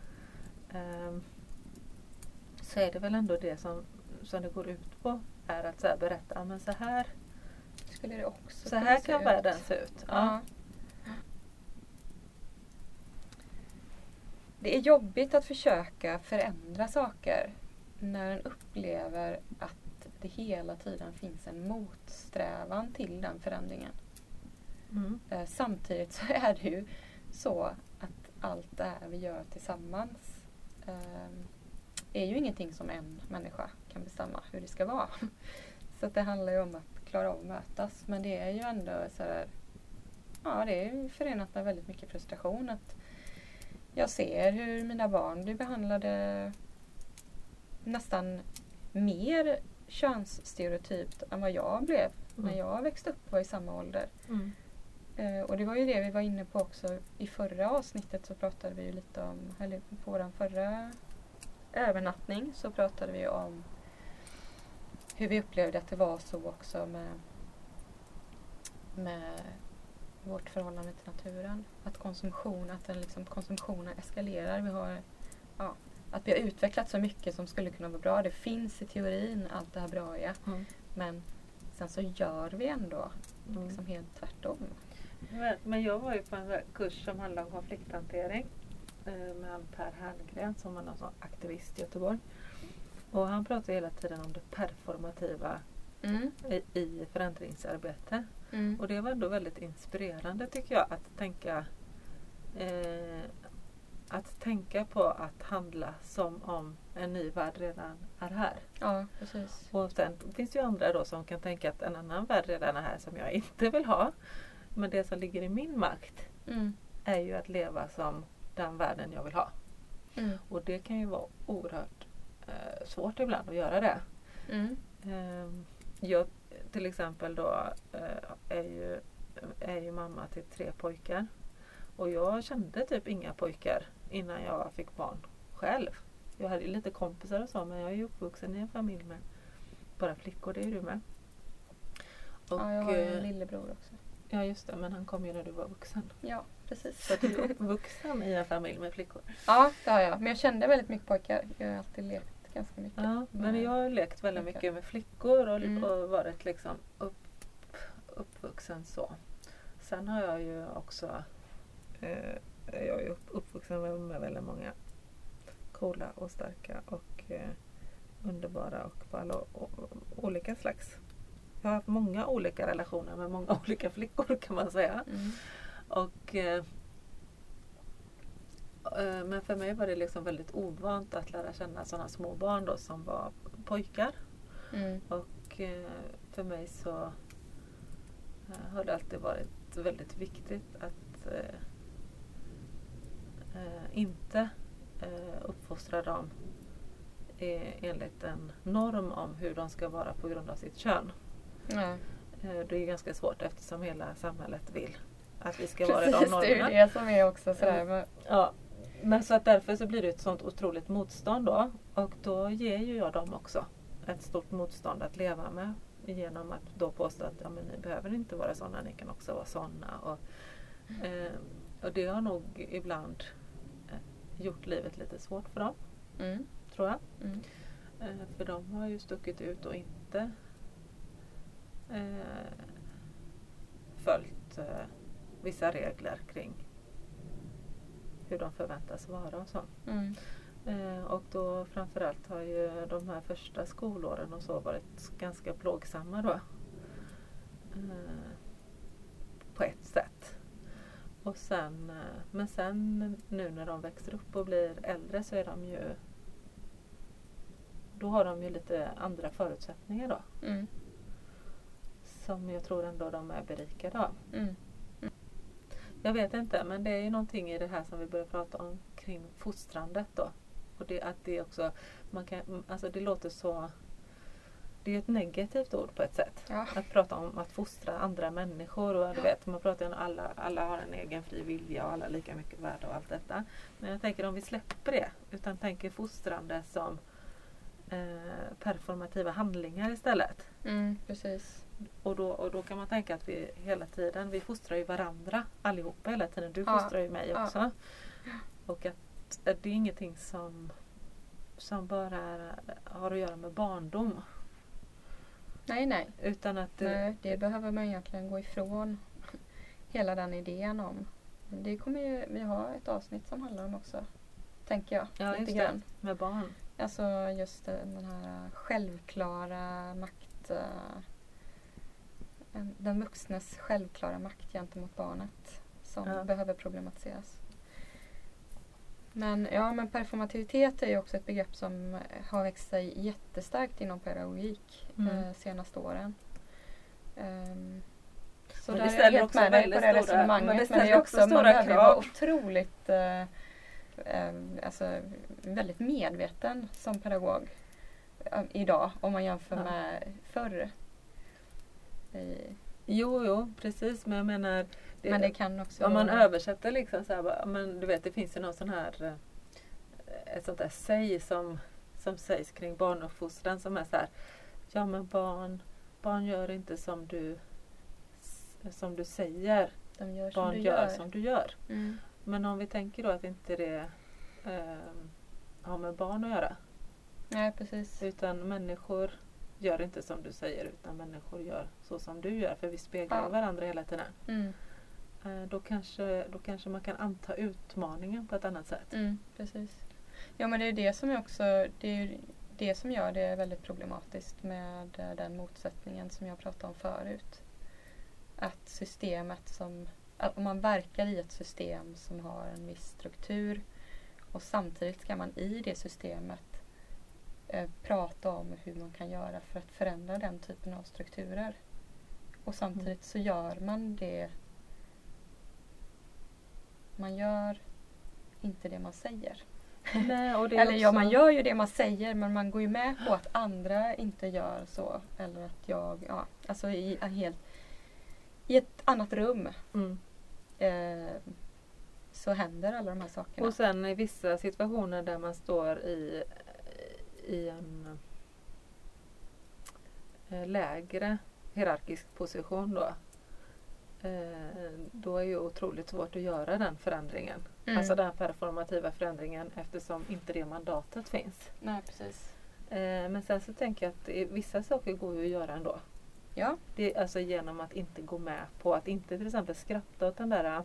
Så är det väl ändå det som det går ut på, är att så här berätta, men så här skulle det också så här kan världen se ut. Ja. det är jobbigt att försöka förändra saker när en upplever att det hela tiden finns en motsträvan till den förändringen. Samtidigt så är det ju så att allt det här vi gör tillsammans är ju ingenting som en människa kan bestämma hur det ska vara. Så att det handlar ju om att klara av att mötas. Men det är ju ändå så här, ja, det är förenat med väldigt mycket frustration att jag ser hur mina barn blir behandlade nästan mer könsstereotypt än vad jag blev när jag växte upp och var i samma ålder. Och det var ju det vi var inne på också i förra avsnittet, så pratade vi ju lite om, eller på vår förra övernattning så pratade vi om hur vi upplevde att det var så också med vårt förhållande till naturen. Att konsumtionen eskalerar. Att vi har utvecklat så mycket som skulle kunna vara bra. Det finns i teorin allt det här bra är. Men sen så gör vi ändå liksom helt tvärtom. Men jag var ju på en kurs som handlar om konflikthantering med Per Herngren som är någon aktivist i Göteborg. Och han pratar hela tiden om det performativa i förändringsarbete. Och det var ändå väldigt inspirerande tycker jag att tänka på att handla som om en ny värld redan är här. Ja, precis. Och sen finns det ju andra då som kan tänka att en annan värld redan är här som jag inte vill ha. Men det som ligger i min makt är ju att leva som den världen jag vill ha. Och det kan ju vara oerhört svårt ibland att göra det. Jag till exempel då är ju mamma till 3 pojkar. Och jag kände typ inga pojkar innan jag fick barn själv. Jag hade ju lite kompisar och så, men jag är ju uppvuxen i en familj med bara flickor, det är du med. Och, ja, jag har en lillebror också. Ja just det, men han kom ju när du var vuxen. Ja, precis. Så du är uppvuxen i en familj med flickor. Ja, det har jag. Men jag kände väldigt mycket pojkar. Jag har alltid lekt ganska mycket. Ja, men jag har lekt väldigt mycket med flickor och varit liksom uppvuxen så. Sen har jag ju också jag är ju uppvuxen med väldigt många coola och starka och underbara och på alla olika slags. Jag har haft många olika relationer med många olika flickor kan man säga. Och men för mig var det liksom väldigt ovant att lära känna sådana små barn då som var pojkar. Och för mig så har det alltid varit väldigt viktigt att inte uppfostra dem enligt en norm om hur de ska vara på grund av sitt kön. Det är ganska svårt eftersom hela samhället vill att vi ska vara i de normerna. Det är ju det som är också sådär. Ja, men så att därför så blir det ett sånt otroligt motstånd då. Och då ger ju jag dem också ett stort motstånd att leva med. Genom att då påstå att men ni behöver inte vara sådana, ni kan också vara sådana. Och det har nog ibland gjort livet lite svårt för dem. Tror jag. För de har ju stuckit ut och inte följt vissa regler kring hur de förväntas vara och så. Och då framförallt har ju de här första skolåren och så varit ganska plågsamma då. På ett sätt. Och sen, men sen nu när de växer upp och blir äldre så är de ju, då har de ju lite andra förutsättningar då. Som jag tror ändå de är berikade av. Jag vet inte, men det är ju någonting i det här som vi börjar prata om kring fostrandet då. Och det att det också, man kan, alltså det låter så, det är ett negativt ord på ett sätt. Ja. Att prata om att fostra andra människor och du vet, man pratar om att alla har en egen fri vilja och alla är lika mycket värda och allt detta. Men jag tänker om vi släpper det, utan tänker fostrande som performativa handlingar istället. Precis. Och då kan man tänka att vi hela tiden, vi fostrar ju varandra allihopa hela tiden. Du fostrar ju mig också. Och att det är ingenting som bara har att göra med barndom. Nej. Utan att det behöver man egentligen gå ifrån hela den idén om. Det kommer ju, vi har ett avsnitt som handlar om också tänker jag. Ja, lite just grann. det. Med barn. Alltså just den här självklara makt... Den vuxnes självklara makt gentemot barnet som behöver problematiseras. Men performativitet är ju också ett begrepp som har växt sig jättestarkt inom pedagogik senaste åren. Så men där är jag helt med dig på det resonemanget. Men det är också, man behöver vara otroligt väldigt medveten som pedagog idag om man jämför med förr. Jo, precis. Men jag menar... Men det kan också... Om man översätter liksom så här, men du vet det finns ju någon sån här ett sånt där säg som sägs kring barnuppfostran som är så här, ja men barn gör inte som du säger. Barn gör som du gör. Mm. Men om vi tänker då att inte det har med barn att göra. Nej, precis. Utan människor gör inte som du säger utan människor gör så som du gör för vi speglar varandra hela tiden. Mm. Då kanske man kan anta utmaningen på ett annat sätt. Mm, precis. Ja, men det är det som det som gör det väldigt problematiskt med den motsättningen som jag pratade om förut. Att systemet om man verkar i ett system som har en viss struktur och samtidigt ska man i det systemet prata om hur man kan göra för att förändra den typen av strukturer. Och samtidigt så gör man det. Man gör inte det man säger. Nej, och det eller också... man gör ju det man säger men man går ju med på att andra inte gör så. Eller att alltså i ett annat rum så händer alla de här sakerna. Och sen i vissa situationer där man står i en lägre hierarkisk position då är ju otroligt svårt att göra den förändringen. Alltså den performativa förändringen eftersom inte det mandatet finns. Nej, precis. Men sen så tänker jag att vissa saker går ju att göra ändå. Ja. Det är alltså genom att inte gå med på att inte till exempel skratta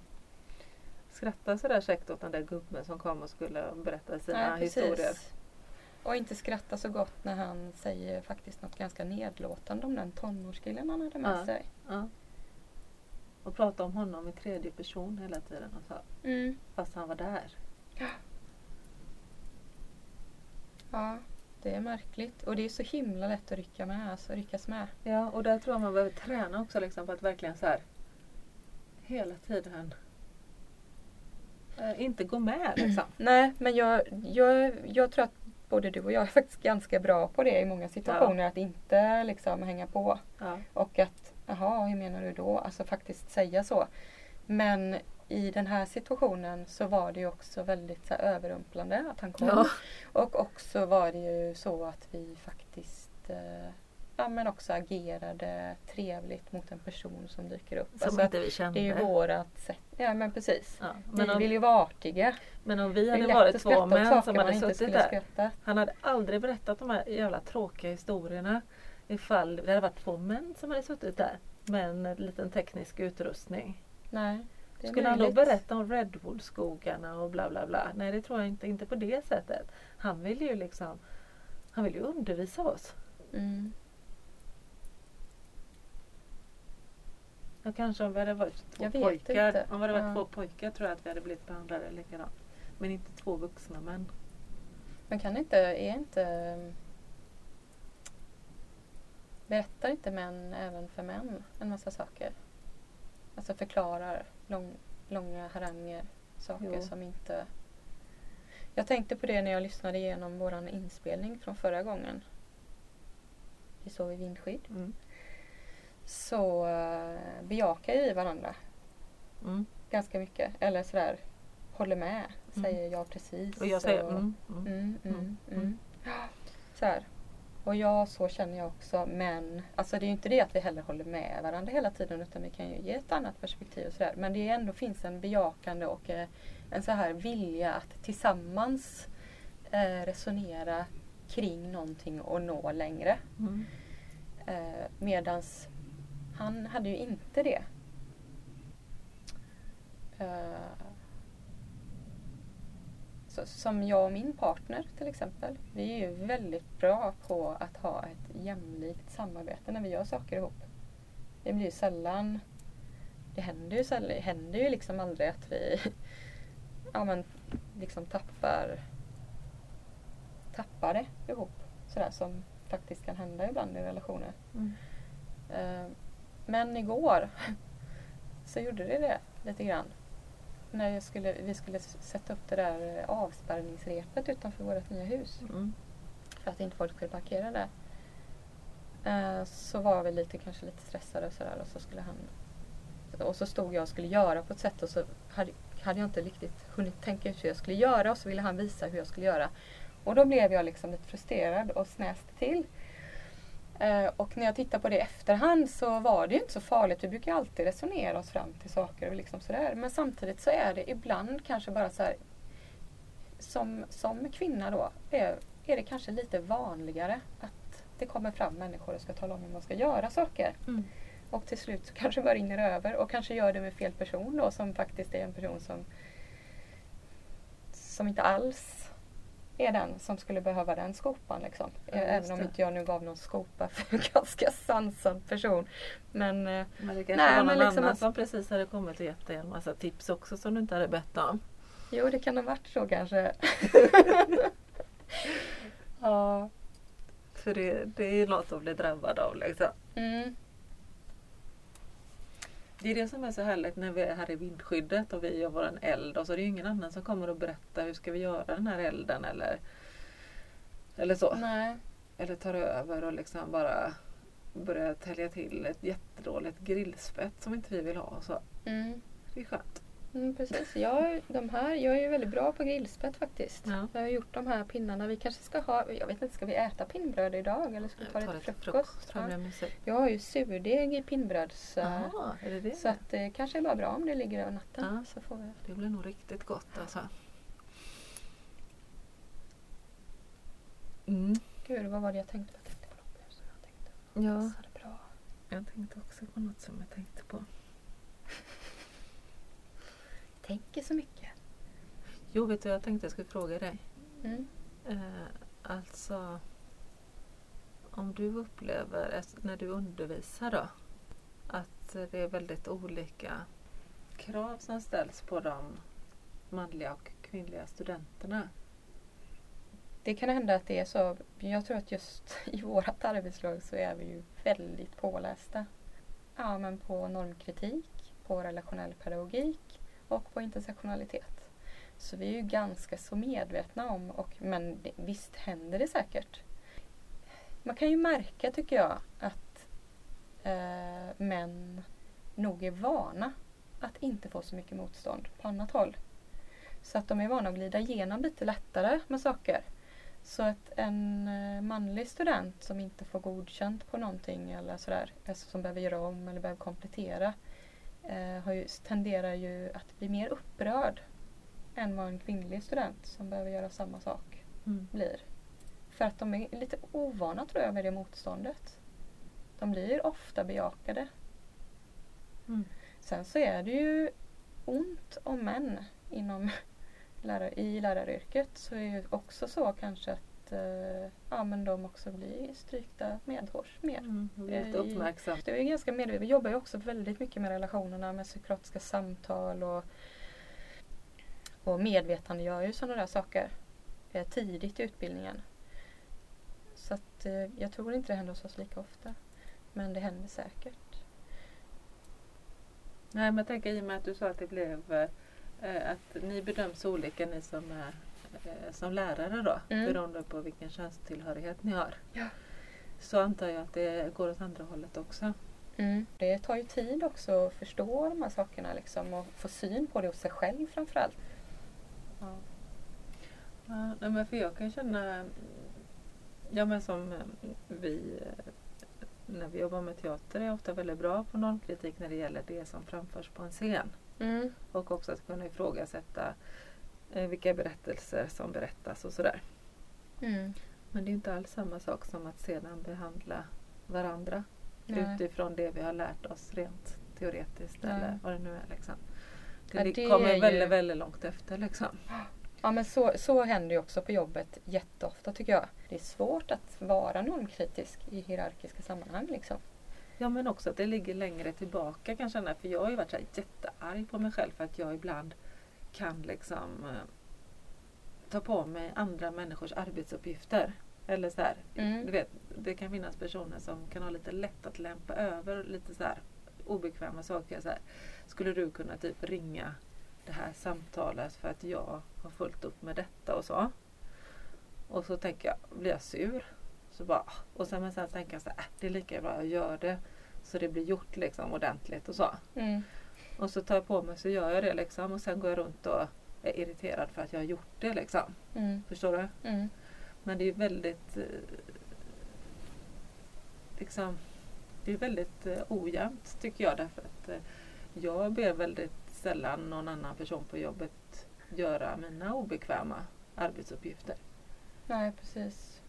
sådär käckt åt den där gubben som kom och skulle berätta sina historier. Och inte skratta så gott när han säger faktiskt något ganska nedlåtande om den tonårskillen han hade med sig. Ja. Och prata om honom i tredje person hela tiden. Och så. Fast han var där. Ja, det är märkligt. Och det är så himla lätt att ryckas med. Ja, och där tror jag man behöver träna också liksom, på att verkligen så här hela tiden inte gå med liksom. Nej, men jag tror att både du och jag är faktiskt ganska bra på det i många situationer. Att inte liksom hänga på. Ja. Och att, hur menar du då? Alltså faktiskt säga så. Men i den här situationen så var det ju också väldigt så här, överrumplande att han kom. Ja. Och också var det ju så att vi faktiskt men också agerade trevligt mot en person som dyker upp. Som alltså inte vi kände. Det är ju vårat sätt. Ja, men precis. Ja, men vi vill ju vara artiga. Men om vi hade varit två män som hade suttit där. Han hade aldrig berättat de här jävla tråkiga historierna ifall det hade varit två män som hade suttit där med en liten teknisk utrustning. Nej. Skulle han då berätta om Redwoodskogarna och bla bla bla? Nej, det tror jag inte på det sättet. Han vill ju undervisa oss. Mm. Ja, kanske om vi hade varit två pojkar. Om vi hade varit två pojkar tror jag att vi hade blivit behandlade likadant. Men inte två vuxna män. Men berättar inte män även för män en massa saker? Alltså förklarar långa haranger, saker som inte... Jag tänkte på det när jag lyssnade igenom våran inspelning från förra gången. Vi sov i vindskydd. Mm. Så bejakar ju varandra. Ganska mycket. Eller sådär, håller med. Säger jag precis. Och jag säger Så här. Och så känner jag också. Men alltså det är ju inte det att vi heller håller med varandra hela tiden. Utan vi kan ju ge ett annat perspektiv och sådär. Men det ändå finns en bejakande och en så här vilja att tillsammans resonera kring någonting och nå längre. Medans han hade ju inte det. också, som jag och min partner till exempel. Vi är ju väldigt bra på att ha ett jämlikt samarbete när vi gör saker ihop. Det blir ju sällan, det händer ju liksom aldrig att vi liksom tappar det ihop. Sådär som faktiskt kan hända ibland i relationer. Men igår så gjorde det lite grann. När vi skulle sätta upp det där avspärrningsrepet utanför vårt nya hus. För att inte folk skulle parkera där. Så var vi kanske lite stressade och sådär. Och så stod jag och skulle göra på ett sätt. Och så hade jag inte riktigt hunnit tänka ut hur jag skulle göra. Och så ville han visa hur jag skulle göra. Och då blev jag liksom lite frustrerad och snäste till. Och när jag tittar på det i efterhand så var det ju inte så farligt. Vi brukar alltid resonera oss fram till saker och liksom sådär. Men samtidigt så är det ibland kanske bara så här, som kvinna då är det kanske lite vanligare att det kommer fram människor och ska tala om hur man ska göra saker. Och till slut så kanske bara rinner över och kanske gör det med fel person då, som faktiskt är en person som inte alls är den som skulle behöva den skopan liksom. Även om inte jag nu gav någon skopa för en ganska sansad person. Men det kanske var någon liksom annan som precis hade kommit och gett dig en massa tips också som du inte hade bett om. Jo, det kan ha varit så kanske. Ja. För det är ju något att bli drabbad av liksom. Det är det som är så härligt när vi är här i vindskyddet och vi gör våran eld. Och så är det ju ingen annan som kommer och berätta hur ska vi göra den här elden eller så. Nej. Eller tar över och liksom bara börjar tälja till ett jättedåligt grillspett som inte vi vill ha. Så. Det är skönt. Precis. Jag är ju väldigt bra på grillspett faktiskt. Ja. Jag har gjort de här pinnarna. Vi kanske ska ha, jag vet inte, ska vi äta pinnbröd idag eller ska vi ta det till frukost? Jag har ju surdeg i pinnbröds. Är det? Så att det kanske är bara bra om det ligger över natten. Ja. Så får vi. Det blir nog riktigt gott alltså. Gud, vad var det jag tänkte på? Ja. Så det bra. Jag tänkte också på något som jag tänkte på. Tänker så mycket. Jo, vet du, jag tänkte jag skulle fråga dig. Alltså, om du upplever när du undervisar då, att det är väldigt olika krav som ställs på de manliga och kvinnliga studenterna. Det kan hända att det är så. Jag tror att just i vårt arbetslag så är vi ju väldigt pålästa. Ja, men på normkritik, på relationell pedagogik och på intersektionalitet. Så vi är ju ganska så medvetna om, men visst händer det säkert. Man kan ju märka, tycker jag, att män nog är vana att inte få så mycket motstånd på annat håll. Så att de är vana att glida igenom lite lättare med saker. Så att en manlig student som inte får godkänt på någonting eller sådär, alltså som behöver göra om eller behöver komplettera, tenderar ju att bli mer upprörd än vad en kvinnlig student som behöver göra samma sak blir. För att de är lite ovana, tror jag, med det motståndet. De blir ofta bejakade. Sen så är det ju ont om män i läraryrket, så är det också så kanske att men de också blir strykta medhårs mer. Uppmärksamt. Det är ju ganska medvetet. Vi jobbar ju också väldigt mycket med relationerna, med psykiatriska samtal och medvetandegör ju sådana där saker tidigt i utbildningen. Så att jag tror inte det händer hos oss lika ofta. Men det händer säkert. Nej, men jag tänker i och med att du sa att det blev att ni bedöms olika, ni som är som lärare då, beroende på vilken könstillhörighet ni har. Ja. Så antar jag att det går åt andra hållet också. Det tar ju tid också att förstå de här sakerna liksom, och få syn på det hos sig själv framförallt. Ja, men för jag kan känna, men som vi när vi jobbar med teater är ofta väldigt bra på normkritik när det gäller det som framförs på en scen. Och också att kunna ifrågasätta vilka berättelser som berättas och sådär. Men det är inte alls samma sak som att sedan behandla varandra utifrån det vi har lärt oss rent teoretiskt eller vad det nu är liksom. Det kommer väldigt, väldigt långt efter liksom. Ja, men så händer ju också på jobbet jätteofta tycker jag. Det är svårt att vara normkritisk i hierarkiska sammanhang liksom. Ja, men också att det ligger längre tillbaka kan jag känna. För jag har ju varit så här jättearg på mig själv för att jag ibland kan liksom ta på mig andra människors arbetsuppgifter. Eller så här, du vet, det kan finnas personer som kan ha lite lätt att lämpa över lite så här obekväma saker. Så här, skulle du kunna typ ringa det här samtalet för att jag har fullt upp med detta och så. Och så tänker jag, blir jag sur? Så bara, och sen tänker jag så här, det är lika bra jag gör det så det blir gjort liksom ordentligt och så. Och så tar jag på mig så gör jag det liksom och sen går jag runt och är irriterad för att jag har gjort det liksom. Förstår du? Men det är väldigt liksom, det är väldigt ojämnt tycker jag därför att jag ber väldigt sällan någon annan person på jobbet göra mina obekväma arbetsuppgifter. Nej, precis.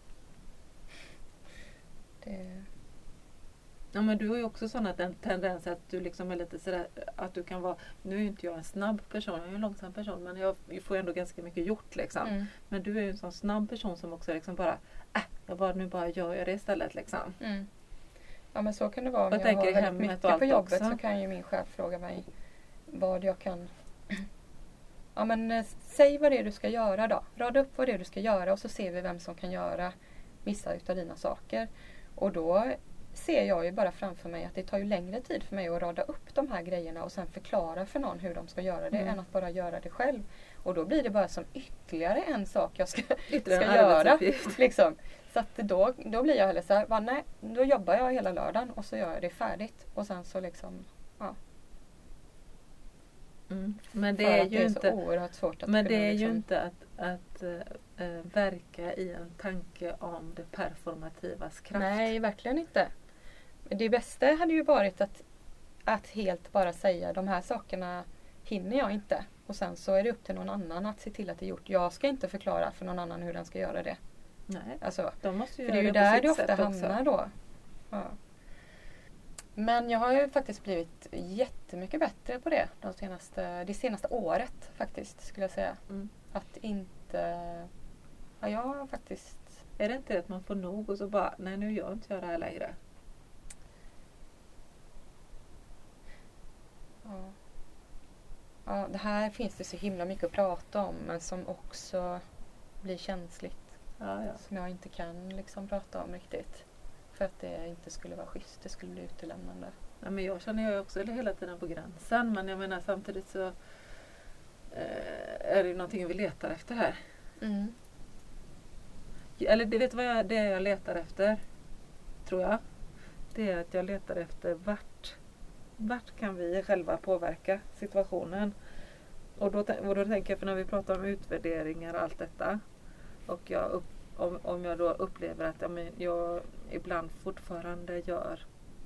Det... Ja, men du har ju också sådana tendenser att du liksom är lite sådär att du kan vara, nu är ju inte jag en snabb person, jag är en långsam person men jag får ändå ganska mycket gjort liksom. Men du är ju en sån snabb person som också liksom bara, nu bara gör jag det istället liksom. Ja, men så kan det vara. Om jag har väldigt mycket på jobbet också. Så kan ju min chef fråga mig vad jag kan... Ja, men säg vad det är du ska göra då. Rada upp vad det är du ska göra och så ser vi vem som kan göra vissa utav dina saker. Och då ser jag ju bara framför mig att det tar ju längre tid för mig att rada upp de här grejerna och sen förklara för någon hur de ska göra det än att bara göra det själv. Och då blir det bara som ytterligare en sak jag ska göra. Liksom. Så att då blir jag heller så här, nej, då jobbar jag hela lördagen och så gör jag det färdigt. Och sen så liksom, ja. Men det är ju inte så oerhört svårt att men det är ju inte att verka i en tanke om det performativas kraft. Nej, verkligen inte. Det bästa hade ju varit att helt bara säga de här sakerna hinner jag inte. Och sen så är det upp till någon annan att se till att det är gjort. Jag ska inte förklara för någon annan hur den ska göra det. Nej, alltså, de måste ju för det är ju där det ofta hamnar då. Ja. Men jag har ju faktiskt blivit jättemycket bättre på det det senaste året faktiskt skulle jag säga. Att inte... Ja, jag har faktiskt... Är det inte att man får nog och så bara, nej nu gör inte jag det här längre? Ja, det här finns det så himla mycket att prata om men som också blir känsligt. Ja. Som jag inte kan liksom prata om riktigt. För att det inte skulle vara schysst, det skulle bli utelämnande. Ja, men jag känner ju också hela tiden på gränsen. Men jag menar samtidigt så är det ju någonting vi letar efter här. Eller det vet vad det är jag letar efter, tror jag. Det är att jag letar efter vart kan vi själva påverka situationen. Och då tänker jag, för när vi pratar om utvärderingar och allt detta. Och om jag då upplever att jag ibland fortfarande gör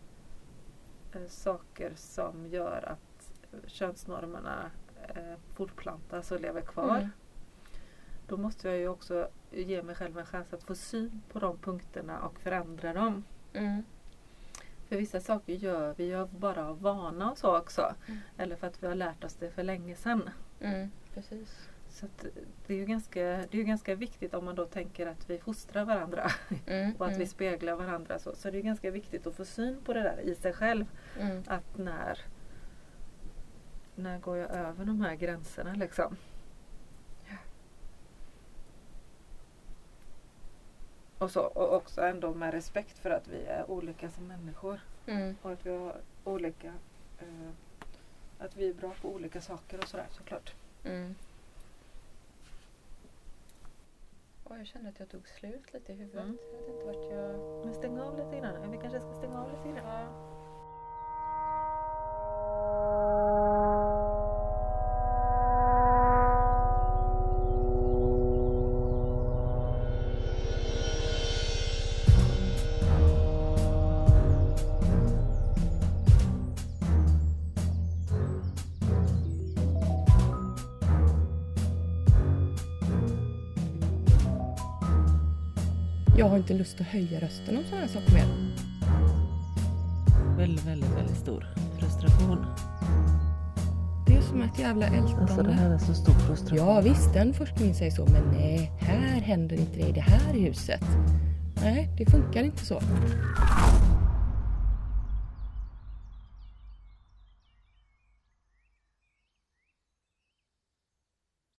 saker som gör att könsnormerna fortplantas och lever kvar. Då måste jag ju också ge mig själv en chans att få syn på de punkterna och förändra dem. För vissa saker gör vi ju bara av vana och så också. Eller för att vi har lärt oss det för länge sedan. Precis. Så att det är ju ganska viktigt om man då tänker att vi fostrar varandra och att vi speglar varandra. Så det är ganska viktigt att få syn på det där i sig själv. Att när går jag över de här gränserna liksom. Och också ändå med respekt för att vi är olika som människor. Och att vi har olika att vi är bra på olika saker och sådär såklart. Jag kände att jag tog slut lite i huvudet. Jag vet inte vart jag... Men stäng av lite innan. Vi kanske ska stänga av lite innan. Ja. Jag har inte lust att höja rösten om sådana här saker mer. Väldigt, väldigt, väldigt stor frustration. låter ju som ett jävla ältande. Alltså det här är så stor frustration. Ja visst, den forskningen säger så, men nej, här händer inte det i det här huset. Nej, det funkar inte så.